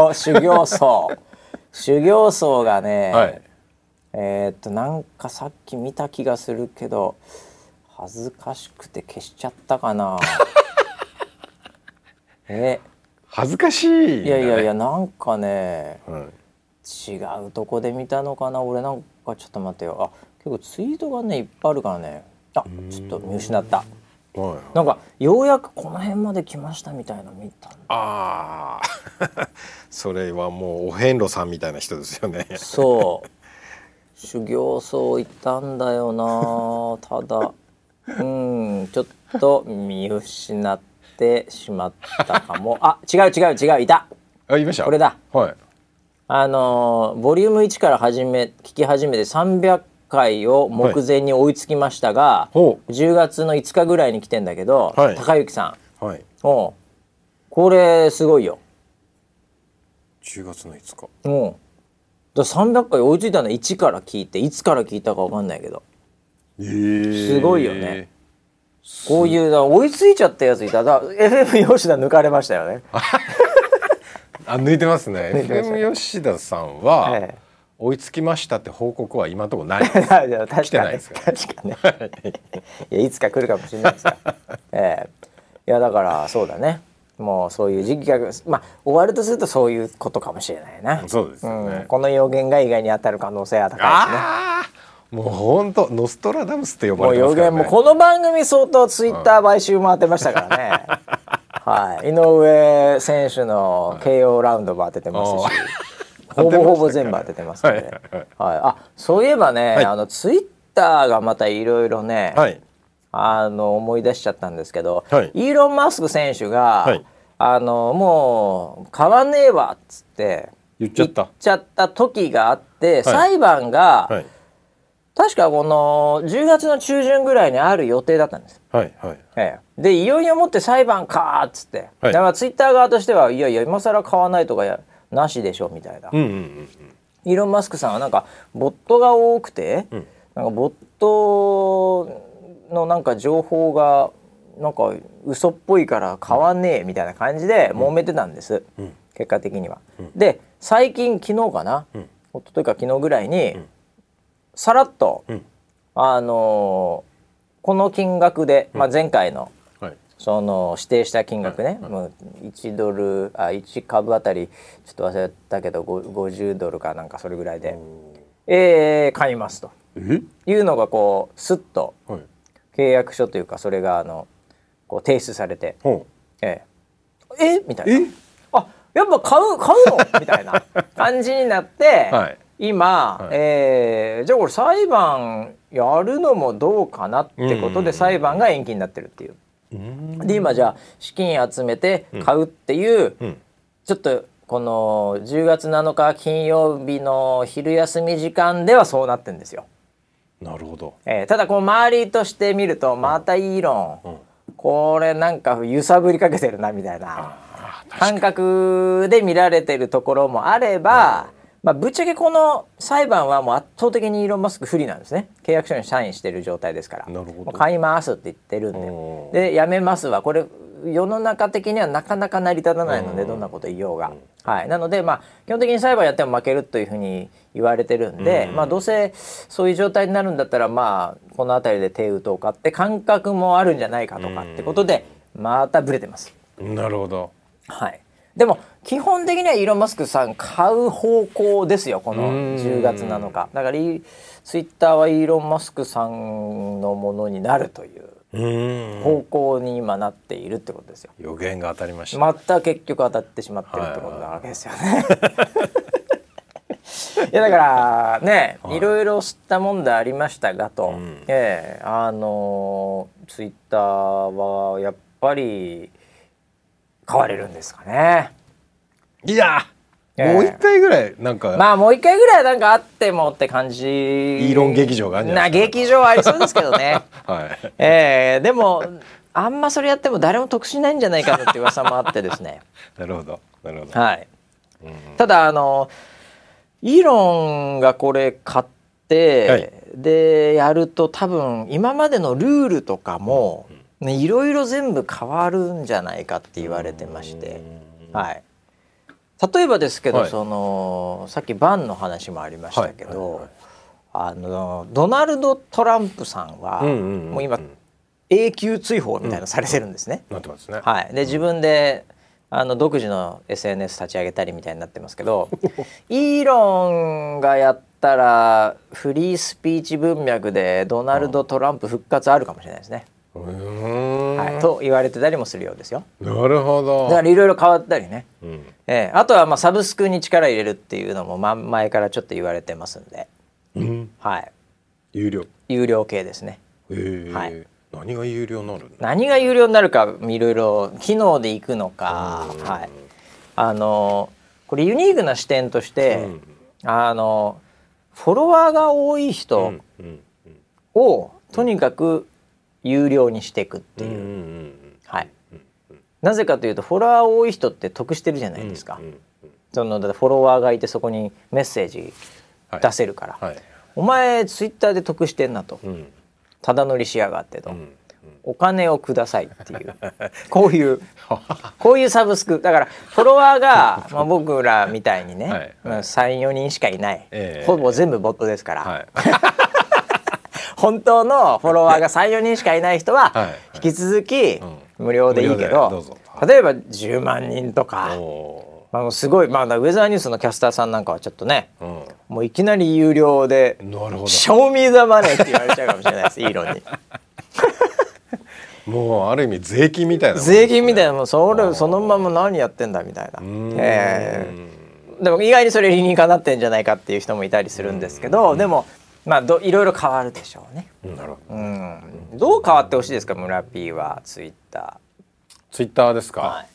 修行僧がね、なんかさっき見た気がするけど恥ずかしくて消しちゃったかな。 恥ずかしい、ね、 いやなんかね、違うとこで見たのかな。俺なんかちょっと待ってよ。結構ツイートがねいっぱいあるからね。ちょっと見失った。なんかようやくこの辺まで来ましたみたいなの見たんだ。 それはもうお遍路さんみたいな人ですよね。 そう修行僧いたんだよな。ただちょっと見失ってしまったかも。違ういた。 いました。 これだ。ボリューム1から聞き始めて300回を目前に追いつきましたが、10月の5日ぐらいに来てんだけど、高之さん、これすごいよ。 10月の5日。 だ300回追いついたのは1から聞いて、いつから聞いたか分かんないけど、すごいよね。こういう追いついちゃったやついた。FM 吉田抜かれましたよね。 抜いてますね。FM 吉田さんは、追いつきましたって報告は今のところないです。来てないですか。 確かに。いやいつか来るかもしれないですよ。いやだからそうだね。もうそういう時期が終わるとするとそういうことかもしれないな。 そうですよね。 この予言が意外に当たる可能性は高いですね。 もう本当ノストラダムスって呼ばれてますからね。 もうこの番組相当ツイッター買収回ってましたからね。井上選手の KO ラウンドも当ててますし、ほぼ全部当ててますので。そういえばね、ツイッターがまたいろいろね、思い出しちゃったんですけど、イーロン・マスク選手が、もう買わねえわっつって言っちゃった時があって、裁判が、確かこの10月の中旬ぐらいにある予定だったんです。でいよいよもって裁判かっつって、だからツイッター側としてはいや今更買わないとかなしでしょみたいな。イーロン・マスクさんはなんかボットが多くて、なんかボットのなんか情報がなんか嘘っぽいから買わねえみたいな感じで揉めてたんです、結果的には。で最近昨日かな、一昨日か昨日ぐらいに、さらっと、この金額で、前回の、その指定した金額ね、もう1ドル1株あたりちょっと忘れたけど50ドルかなんかそれぐらいで、買いますというのがこうスッと契約書というかそれがこう提出されて、みたいな、やっぱ買うのみたいな感じになって、今、じゃあこれ裁判やるのもどうかなってことで裁判が延期になってるっていう。で今じゃあ資金集めて買うっていう、ちょっとこの10月7日金曜日の昼休み時間ではそうなってるんですよ。 なるほど。 ただこう周りとして見るとまたイーロン、 これなんか揺さぶりかけてるなみたいな感覚で見られてるところもあれば、まあ、ぶっちゃけこの裁判はもう圧倒的にイーロン・マスク不利なんですね。契約書にサインしてる状態ですから。もう買いますって言ってるんで、やめますはこれ世の中的にはなかなか成り立たないので、どんなこと言おうが、はい、なので、まあ、基本的に裁判やっても負けるというふうに言われてるんで、まあ、どうせそういう状態になるんだったら、まあ、この辺りで手打とうかって感覚もあるんじゃないかとかってことでまたブレてます。 なるほど、 はい、でも基本的にはイーロン・マスクさん買う方向ですよ、この10月7日だからツイッターはイーロン・マスクさんのものになるという方向に今なっているってことですよ。 予言が当たりました。 また結局当たってしまってるってことなわけですよね。いやだからね、いろいろ知ったもんでありましたがと、ツイッターはやっぱり変われるんですかね。 いや、もう一回ぐらいなんか、 まあもう一回ぐらいなんかあってもって感じ。 イーロン劇場があるんじゃないですか。 劇場ありそうですけどね。 はい、 でもあんまそれやっても誰も得しないんじゃないかなって噂もあってですね。 なるほどなるほど。 はい。ただイーロンがこれ買って、はい、でやると多分今までのルールとかもいろいろ全部変わるんじゃないかって言われてまして、はい、例えばですけど、はい、さっきバンの話もありましたけど、はいはい、ドナルド・トランプさんはもう今永久追放みたいなのされてるんですね。 なってますね。 はい、で自分で独自の SNS 立ち上げたりみたいになってますけどイーロンがやったらフリースピーチ文脈でドナルド・トランプ復活あるかもしれないですね。はい、と言われてたりもするようですよ。 なるほど。 だからいろいろ変わったりね、あとはまあサブスクに力入れるっていうのも前からちょっと言われてますんで、はい、有料系ですね。 はい、何が有料になるの？ 何が有料になるかいろいろ機能でいくのか、はい、これユニークな視点として、フォロワーが多い人をとにかく有料にしていくっていう、はい、なぜかというとフォロワー多い人って得してるじゃないですか。だってフォロワーがいてそこにメッセージ出せるから、はいはい、お前ツイッターで得してんなと、ただ乗りしやがってと、お金をくださいっていうこういうサブスクだからフォロワーが、まあ、僕らみたいにね、はいはい、3、4人しかいない、ほぼ全部ボットですから、はい、本当のフォロワーが3、4人しかいない人は引き続き無料でいいけど、例えば10万人とか、まあ、すごい、まあ、ウェザーニュースのキャスターさんなんかはちょっとね、もういきなり有料で「Show me the money」って言われちゃうかもしれないですイーロンに。 もうある意味税金みたいなもんですね。税金みたいなもん、そのまま何やってんだみたいな。でも意外にそれ理にかなってんじゃないかっていう人もいたりするんですけど、でもまあいろいろ変わるでしょうね。なるほど。どう変わってほしいですか、村 P はツイッターですか。はい、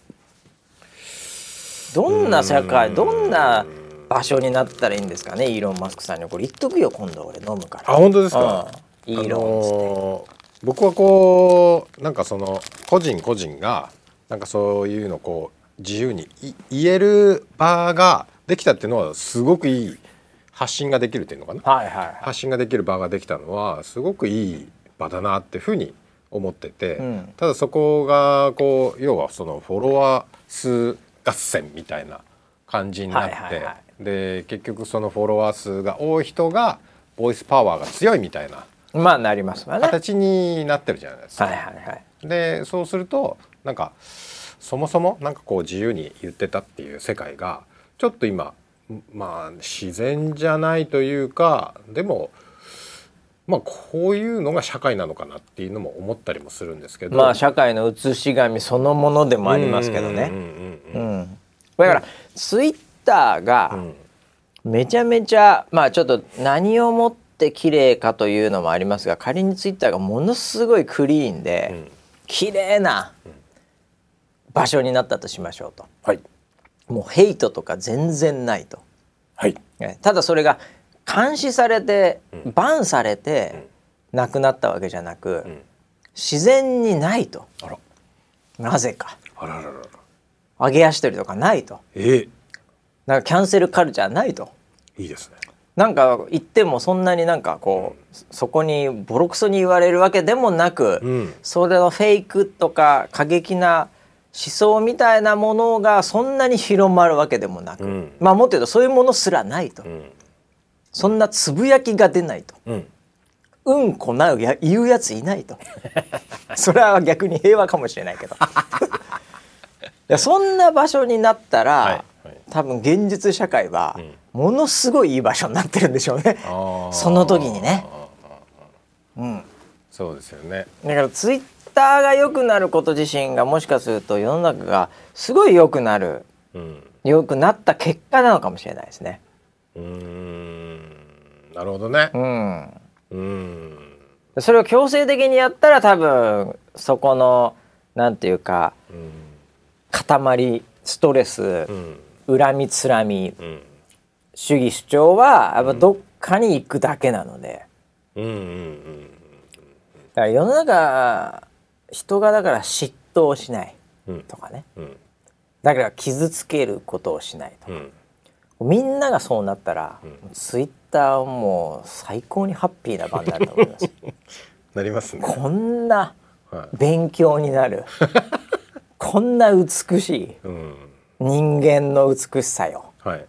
どんな社会、どんな場所になったらいいんですかね、イーロン・マスクさんに。これ言っとくよ、今度俺飲むから。 あ、本当ですか。 イーロンって。 僕はこうなんかその個人がなんかそういうのこう自由に言える場ができたっていうのはすごくいい発信ができるっていうのかな、はいはいはい、発信ができる場ができたのはすごくいい場だなっていうふうに思ってて、ただそこがこう要はそのフォロワー数合戦みたいな感じになって、はいはいはい、で結局そのフォロワー数が多い人がボイスパワーが強いみたいなまあなりますわね。 形になってるじゃないですか。 はいはいはい、 でそうするとなんかそもそもなんかこう自由に言ってたっていう世界がちょっと今まあ自然じゃないというか、でもまあこういうのが社会なのかなっていうのも思ったりもするんですけど、 まあ社会の写し紙そのものでもありますけどね。だからツイッターがめちゃめちゃまあちょっと何をもって綺麗かというのもありますが、仮にツイッターがものすごいクリーンで綺麗な場所になったとしましょうと、はい、もうヘイトとか全然ないと、はい、ただそれが監視されてバンされてなくなったわけじゃなく、 自然にないと。なぜか揚げ足取りとかないと。なんかキャンセルカルチャーないと。 いいですね。 なんか言ってもそんなになんかこう、そこにボロクソに言われるわけでもなく、それのフェイクとか過激な思想みたいなものがそんなに広まるわけでもなく、まあもっと言うとそういうものすらないと、そんなつぶやきが出ないと、こなう言うやついないとそれは逆に平和かもしれないけどそんな場所になったら、多分現実社会はものすごいいい場所になってるんでしょうね、その時にね。 そうですよね。 だからツイッターが良くなること自身がもしかすると世の中がすごい良くなる、良くなった結果なのかもしれないですね。 なるほどね。 それを強制的にやったら多分そこのなんていうか、塊ストレス、恨みつらみ、主義主張はやっぱどっかに行くだけなので、だから世の中人がだから嫉妬をしないとかね、だから傷つけることをしないとか、みんながそうなったら、ツイッターはもう最高にハッピーな場になると思いますなりますね。 こんな勉強になる、こんな美しい、人間の美しさよ、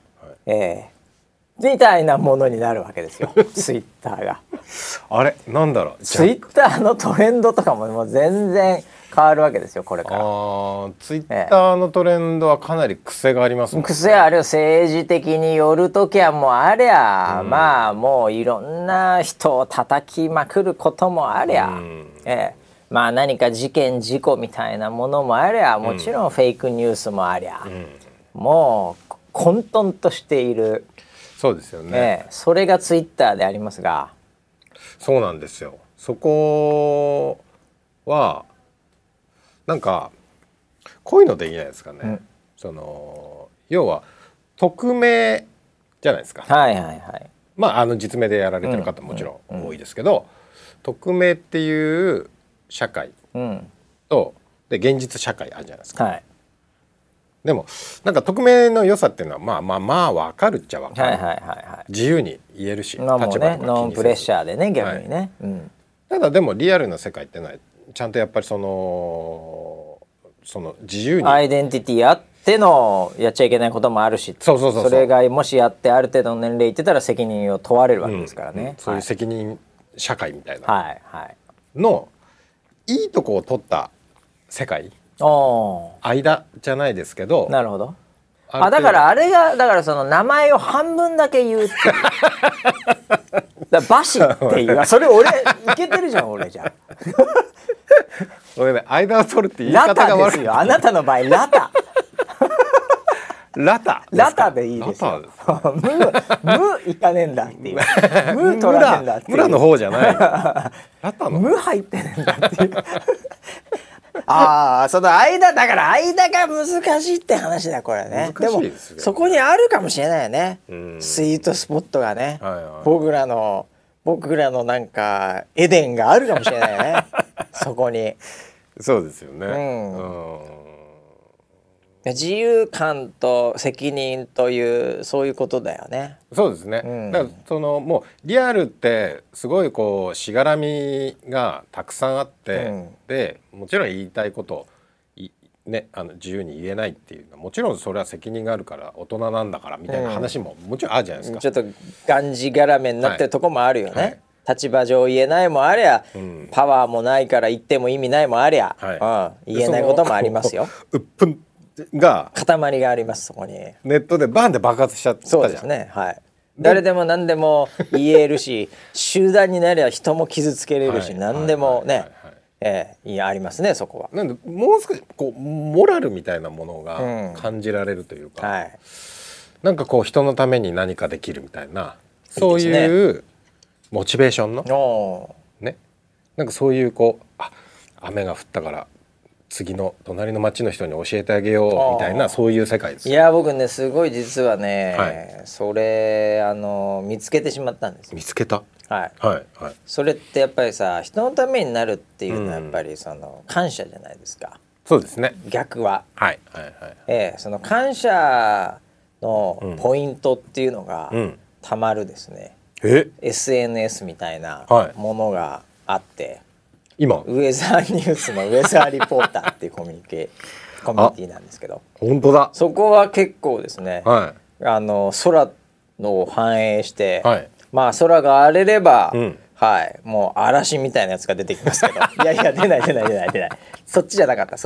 みたいなものになるわけですよツイッターが。 あれなんだろう、 ツイッターのトレンドとかももう全然変わるわけですよこれから。 ツイッターのトレンドはかなり癖がありますもんね。 癖あるよ。政治的によるときはもうありゃ、まあもういろんな人を叩きまくることもありゃ、まあ何か事件事故みたいなものもありゃ、もちろんフェイクニュースもありゃ、もう混沌としている。 そうですよね、 それがツイッターでありますが。 そうなんですよ。そこはなんかこういうのできないですかね、その要は匿名じゃないですか。まあ実名でやられてる方ももちろん多いですけど、匿名っていう社会と、で現実社会あるじゃないですか。でもなんか匿名の良さっていうのはまあ分かるっちゃ分かる、自由に言えるし、立場とか気にせず、 ノンプレッシャーでね、逆にね、 ただでもリアルな世界っていうのはちゃんとやっぱりその自由にアイデンティティあってのやっちゃいけないこともあるし、それがもしやってある程度の年齢いってたら責任を問われるわけですからね、 そういう責任社会みたいなのいいとこを取った世界、間じゃないですけど。 なるほど。だからあれがだからその名前を半分だけ言うっていうだバシっていうそれ俺いけてるじゃん俺じゃん俺ね、間を取るって言い方が悪い。 ラタですよ、あなたの場合ラタラタでいいですよ。無いかねえんだっていう、無取らねえんだっていう、 村の方じゃないラタの無入ってねえんだっていうその間だから間が難しいって話だこれね。でもそこにあるかもしれないよね、スイートスポットがね、僕らのなんかエデンがあるかもしれないよねそこに。 そうですよね、 自由感と責任というそういうことだよね。 そうですね、だからそのもうリアルってすごいこうしがらみがたくさんあって、でもちろん言いたいことね、自由に言えないっていうのはもちろんそれは責任があるから大人なんだからみたいな話ももちろんあるじゃないですか、 ちょっとがんじがらめになってるとこもあるよね、立場上言えないもありゃ、パワーもないから言っても意味ないもありゃ、言えないこともありますよ。 うっぷんが塊があります。そこにネットでバンで爆発しちゃったじゃん。 そうですね、誰でも何でも言えるし集団になれば人も傷つけれるし、何でもねありますねそこは。 なんでもう少しこうモラルみたいなものが感じられるというか、なんかこう人のために何かできるみたいな、そういうモチベーションのね、なんかそういうこう雨が降ったから次の隣の町の人に教えてあげようみたいな、そういう世界です。 いや僕ねすごい実はね、それ見つけてしまったんですよ。 見つけた。 はいはいはい。それってやっぱりさ、人のためになるっていうのはやっぱりその感謝じゃないですか。 そうですね。 逆は。 はいはいはい。 その感謝のポイントっていうのがたまるですね。SNS みたいなものがあって。 今ウェザーニュースのウェザーリポーターっていうコミュニティなんですけど、 本当だ。 そこは結構ですね、空の反映して、まあ空が荒れれば、もう嵐みたいなやつが出てきますけどいやいや出ないそっちじゃなかった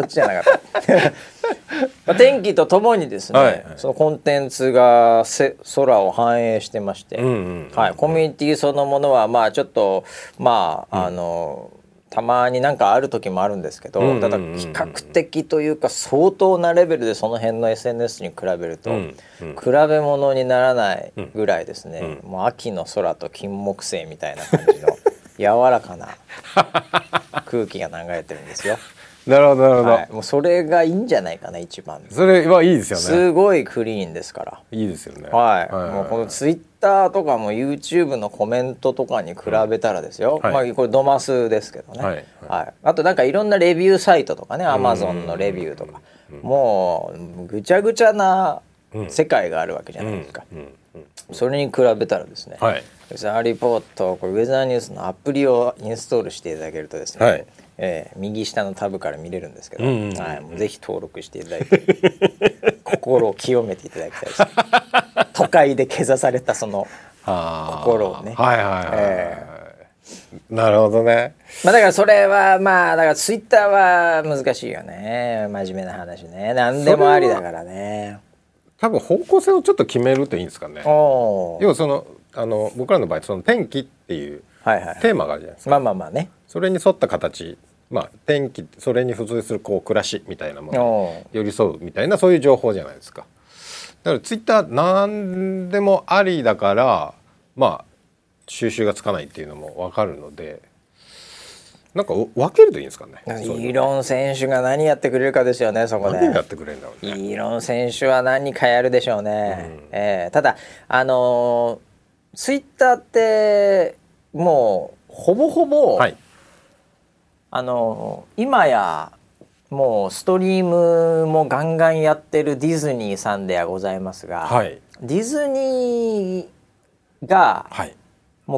まあ天気とともにですね、そのコンテンツが空を反映してまして、コミュニティそのものはまあちょっとまあたまになんかある時もあるんですけど、ただ比較的というか相当なレベルでその辺の SNS に比べると比べ物にならないぐらいですね、もう秋の空と金木犀みたいな感じの柔らかな空気が流れてるんですよ。 なるほどなるほど、 もうそれがいいんじゃないかな一番。 それはいいですよね。 すごいクリーンですから。 いいですよね。 もうこのツイッターとかも YouTube のコメントとかに比べたらですよ、まあこれドマスですけどね、あとなんかいろんなレビューサイトとかね、 Amazon のレビューとか、もうぐちゃぐちゃな世界があるわけじゃないですか。それに比べたらですね、ウェザーリポート、これウェザーニュースのアプリをインストールしていただけるとですね、右下のタブから見れるんですけど、もうぜひ登録していただいて心を清めていただきたいです。都会でけざされたその心をね。 なるほどね。 まあだからそれはまあだからツイッターは難しいよね。真面目な話ね。何でもありだからね。 多分方向性をちょっと決めるといいんですかね。要はその僕らの場合その天気っていうテーマがあるじゃないですか。 まあね。 それに沿った形、まあ天気、それに付随するこう暮らしみたいなものに寄り添うみたいな、そういう情報じゃないですか。だからツイッター何でもありだから、まあ収集がつかないっていうのも分かるので、なんか分けるといいんですかね。 イーロン選手が何やってくれるかですよね。そこで何やってくれるんだろうね。 イーロン選手は何かやるでしょうね。ただツイッターってもうほぼほぼ、今やもうストリームもガンガンやってるディズニーさんではございますが、ディズニーがもう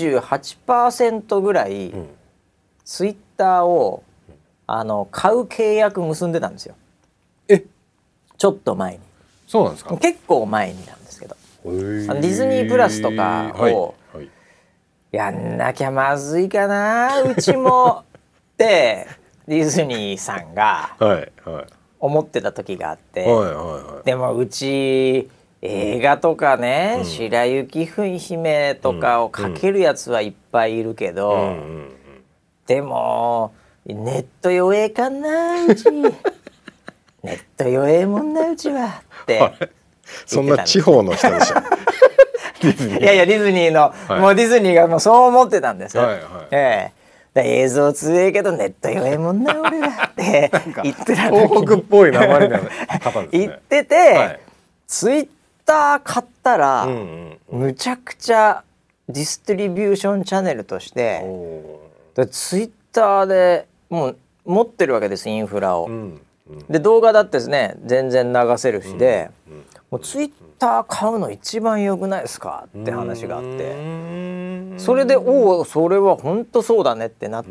98% ぐらい、ツイッターを買う契約結んでたんですよ。ちょっと前に。 そうなんですか。 結構前になんですけど、ディズニープラスとかをやんなきゃまずいかな、うちもってディズニーさんが思ってた時があって、でもうち映画とかね、白雪姫とかをかけるやつはいっぱいいるけど、でもネット弱えかなうちネット弱えもんなうちはってそんな地方の人でしょいやいやディズニーの、もうディズニーがもうそう思ってたんですよ。映像強えけどネット弱えもんな俺はって言ってた時に東北っぽい名前の方ですね。 言ってて、ツイッター買ったら、むちゃくちゃディストリビューションチャンネルとしてツイッターでもう持ってるわけです、インフラを。で動画だってですね全然流せるしで、もうツイッター買うの一番良くないですかって話があって、それでそれは本当そうだねってなって、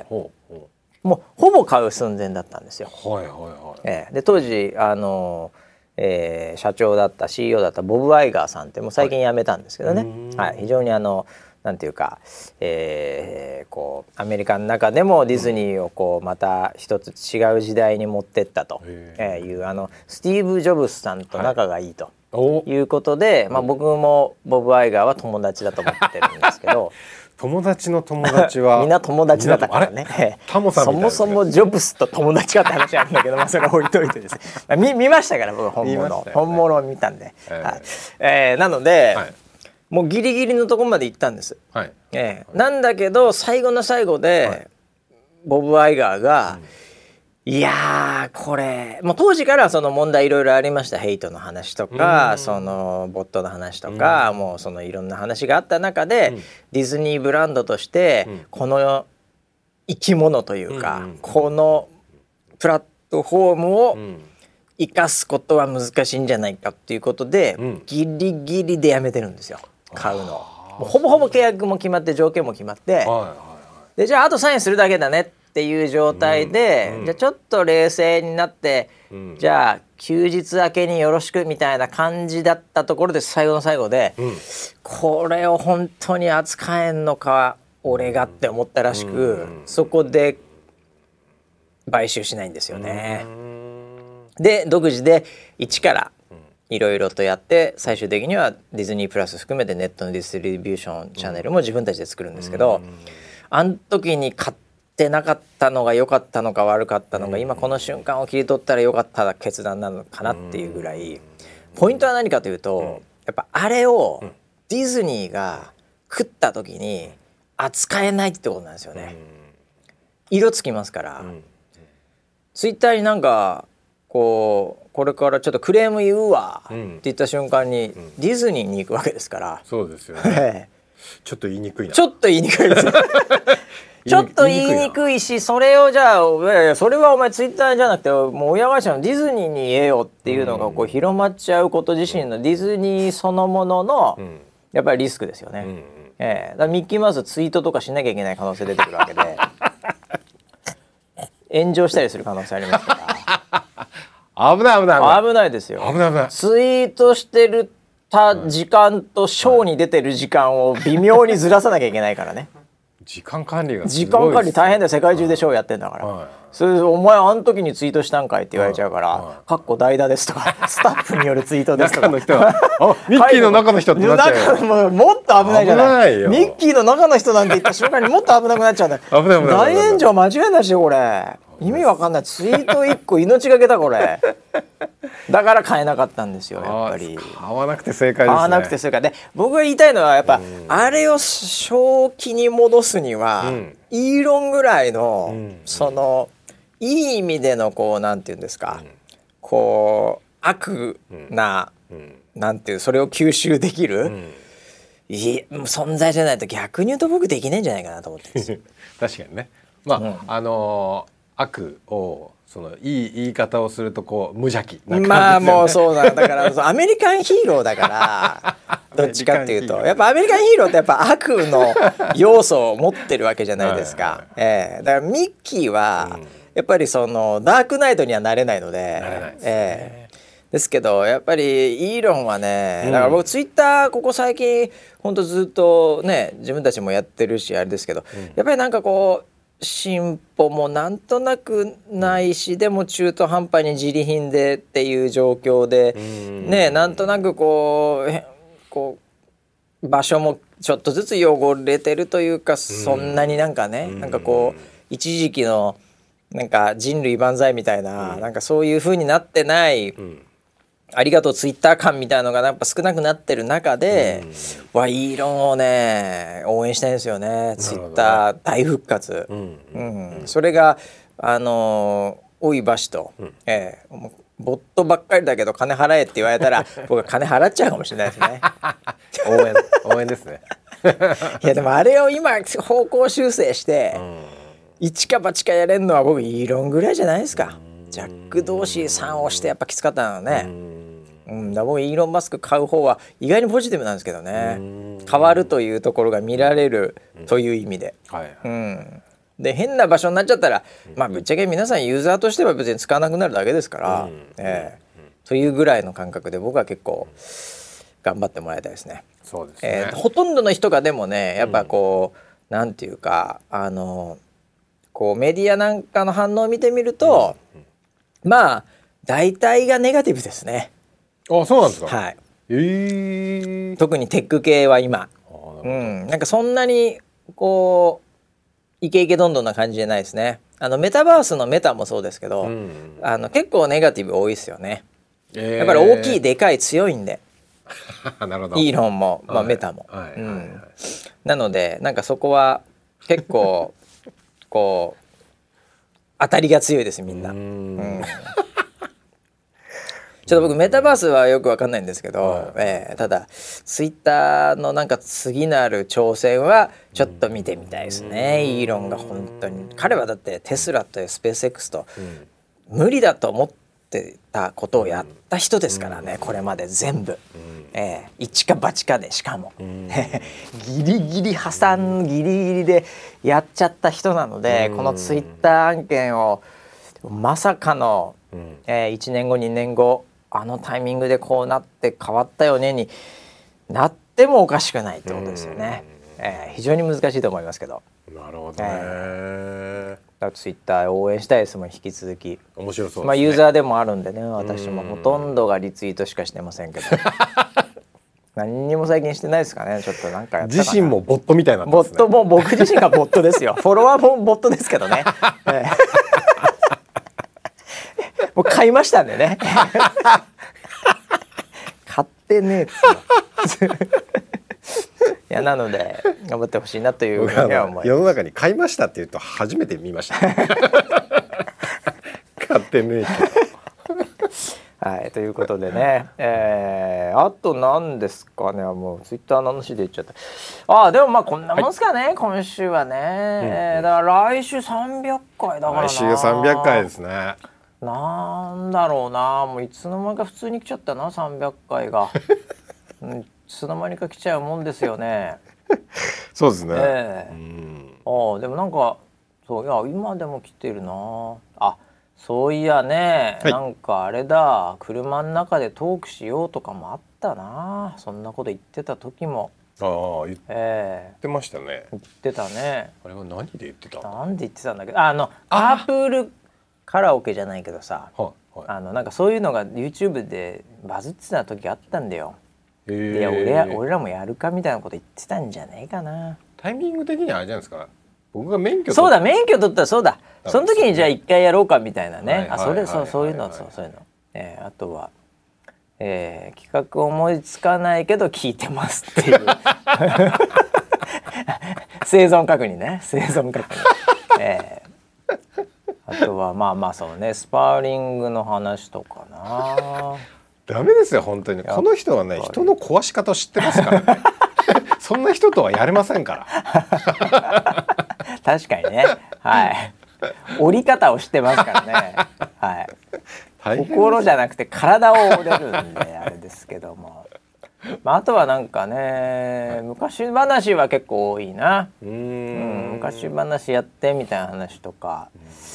もうほぼ買う寸前だったんですよ。で当時社長だった CEO だったボブ・アイガーさんってもう最近辞めたんですけどね、非常になんていうか、こうアメリカの中でもディズニーをこうまた一つ違う時代に持ってったというスティーブ・ジョブズさんと仲がいいということで、まあ、僕もボブ・アイガーは友達だと思ってるんですけど友達の友達はみんな友達だったからね。 タモさんみたいな、 そもそもジョブズと友達かって話なんだけど、まあそれ置いといてですね見ましたから僕本物を見たんで、なので、もうギリギリのところまで行ったんです、なんだけど最後の最後で、ボブ・アイガーが、 いやーこれもう当時からその問題いろいろありました。ヘイトの話とかそのボットの話とかもうそのいろんな話があった中でディズニーブランドとしてこの生き物というかこのプラットフォームを生かすことは難しいんじゃないかっていうことでギリギリでやめてるんですよ買うの。もうほぼほぼ契約も決まって条件も決まってでじゃああとサインするだけだねっていう状態で、じゃあちょっと冷静になって、じゃあ休日明けによろしくみたいな感じだったところで最後の最後で、これを本当に扱えんのか俺がって思ったらしく、そこで買収しないんですよね。で独自で一からいろいろとやって最終的にはディズニープラス含めてネットのディストリビューションチャンネルも自分たちで作るんですけど、あの時に買ってなかったのが良かったのか悪かったのか、今この瞬間を切り取ったら良かった決断なのかなっていうぐらい、ポイントは何かというと、やっぱあれをディズニーが食った時に扱えないってことなんですよね。色つきますから、ツイッターになんかこれからちょっとクレーム言うわって言った瞬間にディズニーに行くわけですから。 そうですよねちょっと言いにくいな。 ちょっと言いにくいですちょっと言いにくいし、それをじゃあそれはお前ツイッターじゃなくてもう親会社のディズニーに言えよっていうのがこう広まっちゃうこと自身のディズニーそのもののやっぱりリスクですよね。だからミッキーマウスツイートとかしなきゃいけない可能性出てくるわけで炎上したりする可能性ありますから危ないですよ。 危ないツイートしてる時間とショーに出てる時間を微妙にずらさなきゃいけないからね。 時間管理がすごいです。時間管理大変だよ。世界中でショーやってんだから、それお前あの時にツイートしたんかいって言われちゃうから「かっこ代打です」とかスタッフによるツイートですとか中の人はミッキーの中の人ってなっちゃうよ。 もっと危ないじゃない。ミッキーの中の人なんて言った瞬間にもっと危なくなっちゃうんだよ。大炎上間違いなしよこれ。意味わかんない。ツイート1個命がけだこれ。だから買えなかったんですよやっぱり。 買わなくて正解ですね。 買わなくて正解で、僕が言いたいのはやっぱあれを正気に戻すには、イーロンぐらいの、そのいい意味でのこうなんていうんですか、こう悪な、なんていうそれを吸収できる、存在じゃないと逆に言うと僕できないんじゃないかなと思ってるんですよ確かにね。悪をそのいい言い方をするとこう無邪気な感じですよね。 まあもうそうだからアメリカンヒーローだからどっちかっていうとやっぱアメリカンヒーローってやっぱ悪の要素を持ってるわけじゃないですか。だからミッキーはやっぱりそのダークナイトにはなれないので、ですけどやっぱりイーロンはね、だから僕ツイッターここ最近ほんとずっとね自分たちもやってるしあれですけど、やっぱりなんかこう進歩もなんとなくないし、でも中途半端に自利品でっていう状況でね、なんとなくこう場所もちょっとずつ汚れてるというか、そんなになんかね、なんかこう一時期のなんか人類万歳みたいな、なんかそういう風になってない、ありがとうツイッター感みたいなのがやっぱ少なくなってる中で、イーロンをね応援したいんですよね。ツイッター大復活、それがおいばしと、ボットばっかりだけど金払えって言われたら僕は金払っちゃうかもしれないですね応援ですねいやでもあれを今方向修正して、一か八かやれるのは僕イーロンぐらいじゃないですか。ジャック・ドーシーさんをしてやっぱきつかったのね。だ僕イーロン・マスク買う方は意外にポジティブなんですけどね。変わるというところが見られるという意味で、で変な場所になっちゃったら、まあぶっちゃけ皆さんユーザーとしては別に使わなくなるだけですから、というぐらいの感覚で僕は結構頑張ってもらいたいですね。 そうですね。 ほとんどの人がでもねやっぱこう、なんていうかこうメディアなんかの反応を見てみると、まあ大体がネガティブですね。 あ、そうなんですか。 はい。特にテック系は今、なんかそんなにこうイケイケどんどんな感じじゃないですね。メタバースのメタもそうですけど、結構ネガティブ多いですよね。やっぱり大きいでかい強いんでなるほど。 イーロンも、メタも、なのでなんかそこは結構こう当たりが強いですみんな。ちょっと僕メタバースはよく分かんないんですけど、ただツイッターのなんか次なる挑戦はちょっと見てみたいですね。イーロンが本当に彼はだってテスラとスペース X と無理だと思ってたことをやった人ですからね、これまで全部、一か八かでしかもギリギリ破産ギリギリでやっちゃった人なので、このツイッター案件をまさかの、1年後2年後あのタイミングでこうなって変わったよねになってもおかしくないってことですよね。非常に難しいと思いますけど。 なるほどね。 ツイッター応援したいですもん、引き続き。 面白そうですね。 ユーザーでもあるんでね、私もほとんどがリツイートしかしてませんけど何にも最近してないですかね。ちょっとなんかやったかな。 自身もボットみたいになってますね。 ボットも僕自身がボットですよフォロワーもボットですけどね、もう買いましたんでね買ってねえっついやなので頑張ってほしいなというふうには思います。 世の中に買いましたって言うと初めて見ました買ってねえはい、ということでね、あと何ですかね、もうツイッターの話で言っちゃった。でもまあこんなもんですかね、今週はね、だから来週300回だからな。 来週300回ですね。 なんだろうな、もういつの間にか普通に来ちゃったな300回がいつの間にか来ちゃうもんですよねそうですね、 でもなんかそういや今でも来てるなあ。そういやね、なんかあれだ、車の中でトークしようとかもあったな。そんなこと言ってた時も言ってましたね。 言ってたね。 あれは何で言ってた？ なんで言ってたんだけど、パープルカラオケじゃないけどさ、なんかそういうのが YouTube でバズってた時あったんだよ。いや俺らもやるかみたいなこと言ってたんじゃねえかな。 タイミング的にはあれじゃないですか。僕が免許そうだ、免許取ったらそうだ、その時にじゃあ一回やろうかみたいなね。そういうの。あとは、企画思いつかないけど聞いてますっていう生存確認ね、生存確認、あとはまあそうね、スパーリングの話とかな。 ダメですよ本当に。この人はね、人の壊し方を知ってますからねそんな人とはやれませんから確かにね、はい、折り方を知ってますからね、はい、心じゃなくて体を折れるんであれですけどもあとはなんかね、昔話は結構多いな。昔話やってみたいな話とか、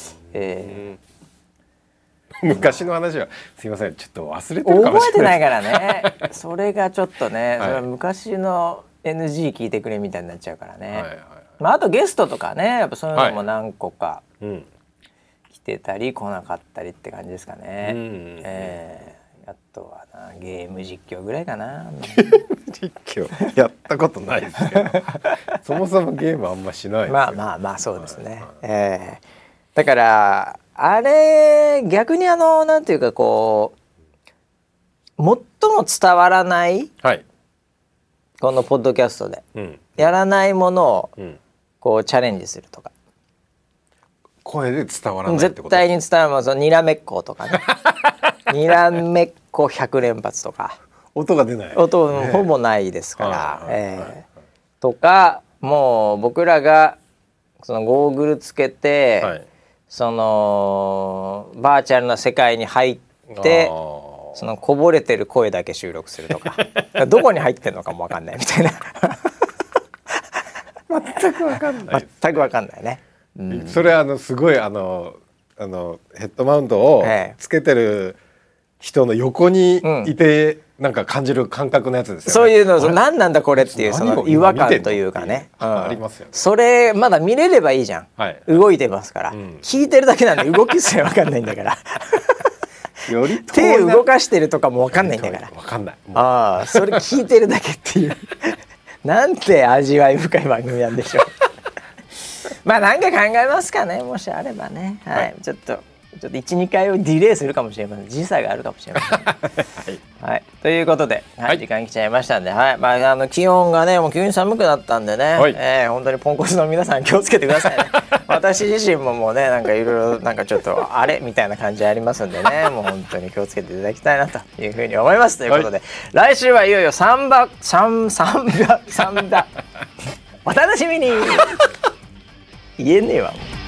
昔の話はすいませんちょっと忘れてるかもしれない。 覚えてないからねそれがちょっとね、それは昔の NG 聞いてくれみたいになっちゃうからね、あとゲストとかね、やっぱそういうのも何個か来てたり来なかったりって感じですかね。あとはな、ゲーム実況ぐらいかな実況やったことないですけどそもそもゲームあんましないですよ。 まあそうですね、だからあれ逆になんていうかこう最も伝わらない、このポッドキャストで、やらないものをこうチャレンジするとか、 声で伝わらないってこと？ 絶対に伝わるもの、にらめっことかねにらめっこ100連発とか音が出ない、 音ほぼないですから、とか、もう僕らがそのゴーグルつけて、そのバーチャルな世界に入ってそのこぼれてる声だけ収録するとかどこに入ってるのかも分かんないみたいな全く分かんない、 全く分かんないね。 それすごいヘッドマウントをつけてる人の横にいて、なんか感じる感覚のやつですよね。 そういうの何なんだこれっていうその違和感というかね、 ありますよね。 それまだ見れればいいじゃん、動いてますから、聞いてるだけなんで動きすら分かんないんだからより手動かしてるとかも分かんないんだから分かんない。 それ聞いてるだけっていうなんて味わい深い番組なんでしょうまあ何か考えますかね、もしあればね、ちょっとちょっと 1,2 回をディレイするかもしれません。時差があるかもしれません。はい、ということで、時間来ちゃいましたんで、気温がねもう急に寒くなったんでね、本当にポンコツの皆さん気をつけてくださいね。私自身ももうねなんかいろいろなんかちょっとあれみたいな感じありますんでね、もう本当に気をつけていただきたいなというふうに思います。ということで、来週はいよいよ3お楽しみに言えねえわもう。